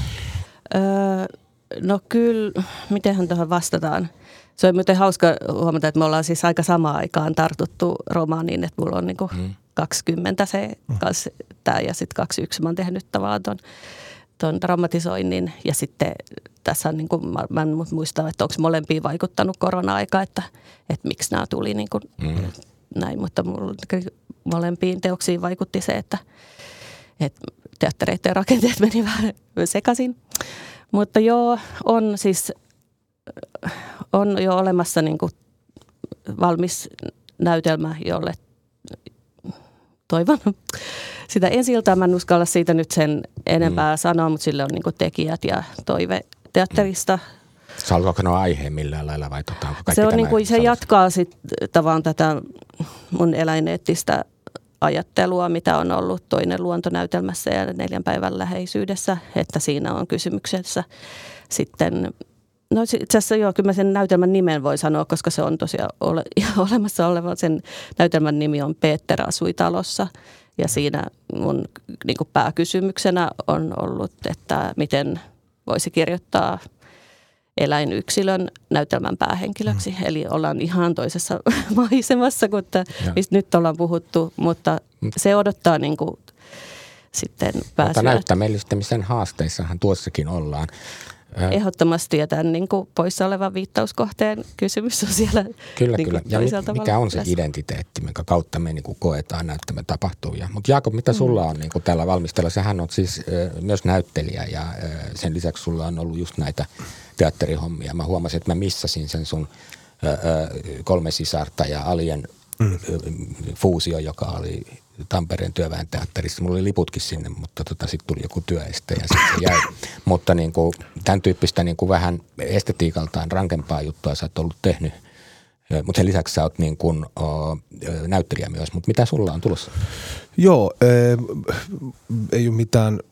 No kyllä, mitenhän tuohon vastataan? Se on muuten hauska huomata, että me ollaan siis aika samaan aikaan tartuttu romaaniin, että mulla on niin kuin 20 se kanssa tämä ja sitten 21 mä oon tehnyt tavallaan ton dramatisoinnin ja sitten tässä on niin kuin, mä en muista, että onko molempiin vaikuttanut korona-aika, että miksi nämä tuli niin kuin näin, mutta molempiin teoksiin vaikutti se, että teattereiden rakenteet meni vähän sekaisin. Mutta joo, on jo olemassa niin kuin valmis näytelmä, jolle toivon sitä ensi-iltaa. Mä en uskalla siitä nyt sen enempää sanoa, mutta sille on niin kuin tekijät ja toive teatterista. Saatko sanoa aiheen millään lailla vai onko kaikki se on niin kuin, se jatkaa sitten tavallaan tätä mun eläineettistä ajattelua, mitä on ollut toinen luontonäytelmässä ja 4 päivän läheisyydessä, että siinä on kysymyksessä sitten, no itse asiassa joo, kyllä mä sen näytelmän nimen voi sanoa, koska se on tosiaan olemassa oleva, sen näytelmän nimi on Peter asui talossa ja siinä mun niin kuin pääkysymyksenä on ollut, että miten voisi kirjoittaa eläinyksilön näytelmän päähenkilöksi. Eli ollaan ihan toisessa maisemassa kuin mistä nyt ollaan puhuttu, mutta se odottaa niin kuin sitten pääsyä. Mutta näyttämöllistämisen haasteissahan tuossakin ollaan. Ehdottomasti ja tämän niin kuin poissa olevan viittauskohteen kysymys on siellä. Kyllä, niin kyllä. Ja mikä on se identiteetti, minkä kautta me niin kuin koetaan näyttämö tapahtuvia. Mutta Jaakob, mitä sulla on niin kuin tällä valmistella? Sähän on siis myös näyttelijä ja sen lisäksi sulla on ollut just näitä teatterihommia. Mä huomasin, että mä missasin sen sun 3 sisarta ja Alien fuusio, joka oli Tampereen työväen teatterissa. Mulla oli liputkin sinne, mutta sitten tuli joku työeste ja sitten se jäi. Mutta niin kuin, tämän tyyppistä niin kuin vähän estetiikaltaan rankempaa juttua sä oot ollut tehnyt. Mutta sen lisäksi sä oot niin kuin, näyttelijä myös. Mutta mitä sulla on tulossa? Joo, ei ole mitään.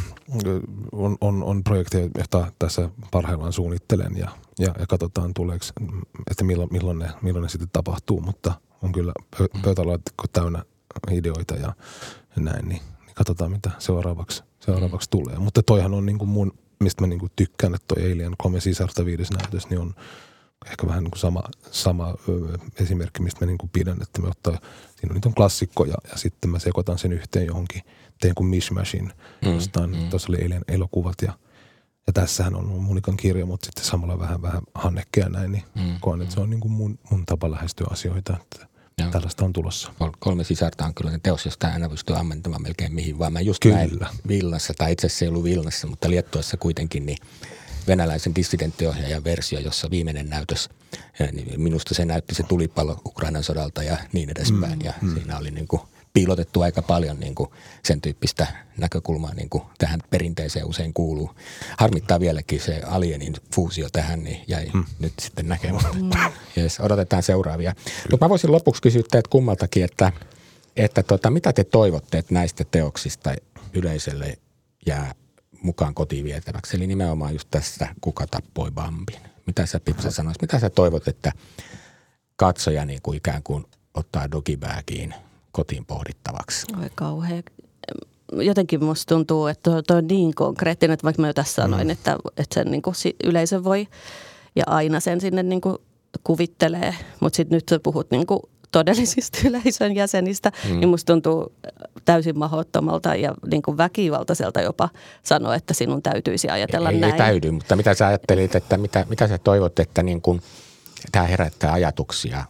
On projekteja, joita tässä parhaillaan suunnittelen ja katsotaan tuleeko, että milloin ne sitten tapahtuu. Mutta on kyllä pöytälaatikko täynnä ideoita ja näin, niin katsotaan mitä seuraavaksi tulee. Mutta toihan on niin kuin mun, mistä mä niin kuin tykkään, että toi Alien 3 sisarta 5. näytös, niin on ehkä vähän niin kuin sama esimerkki, mistä mä niin kuin pidän, että me ottaa, siinä on klassikkoja ja sitten mä sekoitan sen yhteen johonkin, teen kuin mishmashin, jostain, tuossa oli Alien elokuvat ja tässähän on Munikan kirja, mutta sitten samalla vähän Hannekkeä näin, niin koen, että se on niin kuin mun tapa lähestyä asioita, että tällaista on tulossa. 3 sisarta on kyllä ne teos, josta aina pystyy ammentamaan melkein mihin vaan. Mä just näin Vilnassa, tai itse asiassa ei ollut Vilnassa, mutta Liettuassa kuitenkin, niin venäläisen dissidenttiohjaajan versio, jossa viimeinen näytös, niin minusta se näytti se tulipalo Ukrainan sodalta ja niin edespäin. Ja siinä oli niin kuin piilotettu aika paljon niin kuin sen tyyppistä näkökulmaa, niin kuin tähän perinteeseen usein kuuluu. Harmittaa vieläkin se Alienin fuusio tähän, niin jäi nyt sitten näkemättä. Yes, odotetaan seuraavia. Mutta mä voisin lopuksi kysyä teiltä kummaltakin, että mitä te toivotte, että näistä teoksista yleisölle jää mukaan kotiin vietäväksi? Eli nimenomaan just tässä Kuka tappoi Bambin. Mitä sä, Pipsa, sanoisit? Mitä sä toivot, että katsoja niin kuin ikään kuin ottaa dogibagiin kotiin pohdittavaksi? Oi kauhea. Jotenkin musta tuntuu, että toi on niin konkreettinen, että vaikka mä jo tässä sanoin, että sen niin kuin yleisö voi ja aina sen sinne niin kuin kuvittelee, mutta sitten nyt sä puhut niin kuin todellisista yleisön jäsenistä, niin musta tuntuu täysin mahdottomalta ja niin kuin väkivaltaiselta jopa sanoa, että sinun täytyisi ajatella näin. Ei täydy, mutta mitä sä ajattelit, että mitä sä toivot, että niin kuin tämä herättää ajatuksia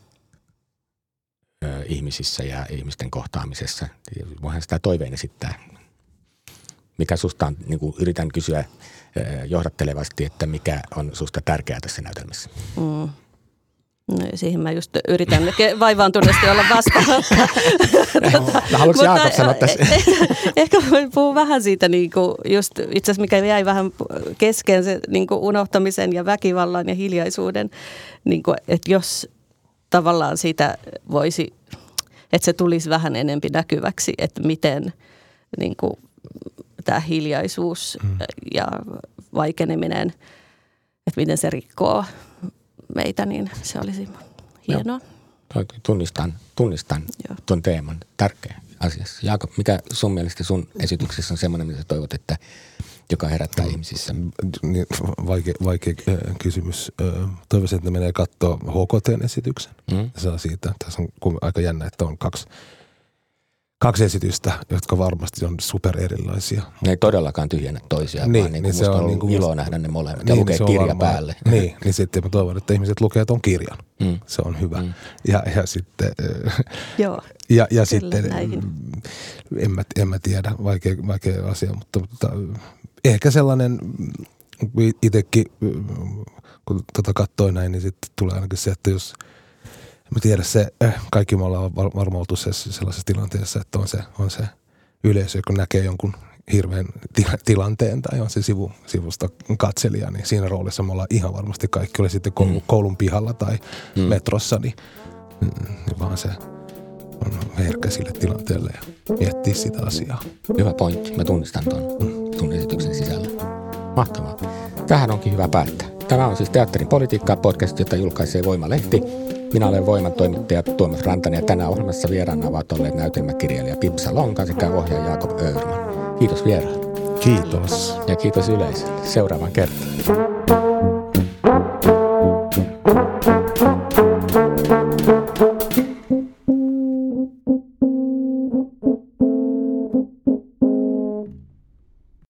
ihmisissä ja ihmisten kohtaamisessa. Voihan sitä toiveen esittää. Mikä susta on, niin kuin yritän kysyä johdattelevasti, että mikä on susta tärkeää tässä näytelmässä? No, siihen mä just yritän vaivaantuneesti olla vastaamatta. Haluatko Jaakob sanoa tässä? Ehkä voin puhua vähän siitä, niin kuin just itse asiassa mikä jäi vähän kesken, se niin kuin unohtamisen ja väkivallan ja hiljaisuuden, niin kuin, että jos tavallaan siitä voisi, että se tulisi vähän enempi näkyväksi, että miten niin kuin, tämä hiljaisuus ja vaikeneminen, että miten se rikkoo meitä, niin se olisi hienoa. Tunnistan tuon teeman. Tärkeä asiassa. Jaakob, mikä sun mielestä sun esityksessä on semmoinen, mitä toivot, että joka herättää ihmisissä? Vaikea kysymys. Toivoisin, että ne menee katsoa HKT-esityksen. Saa siitä. Tässä on aika jännä, että on kaksi esitystä, jotka varmasti on super erilaisia. Ne ei todellakaan tyhjennä toisiaan, vaan niin se on niin ilo nähdä ne molemmat ja lukea kirja päälle. Niin sitten mä toivon, että ihmiset lukee ton kirjan. Se on hyvä. Ja sitten Joo, ja sitten en mä tiedä, vaikea asia, mutta ehkä sellainen itsekin, kun katsoin näin, niin sitten tulee ainakin se, että jos mä tiedän se, kaikki me ollaan varmaan oltu sellaisessa tilanteessa, että on se yleisö, joka näkee jonkun hirveän tilanteen tai on se sivusta katselija, niin siinä roolissa me ollaan ihan varmasti kaikki, oli sitten koulun pihalla tai metrossa, niin vaan se on herkkä sille tilanteelle ja miettii sitä asiaa. Hyvä pointti. Mä tunnistan tuon esityksen sisällä. Mahtavaa. Tähän onkin hyvä päättää. Tämä on siis Teatterin politiikkaa podcast, jota julkaisee Voima-lehti. Minä olen Voiman toimittaja Tuomas Rantanen ja tänään ohjelmassa vieraana ovat olleet näytelmäkirjailija Pipsa Lonka sekä ohjaaja Jaakob Öhrman. Kiitos vieraan. Kiitos. Ja kiitos yleisölle. Seuraavaan kertaan.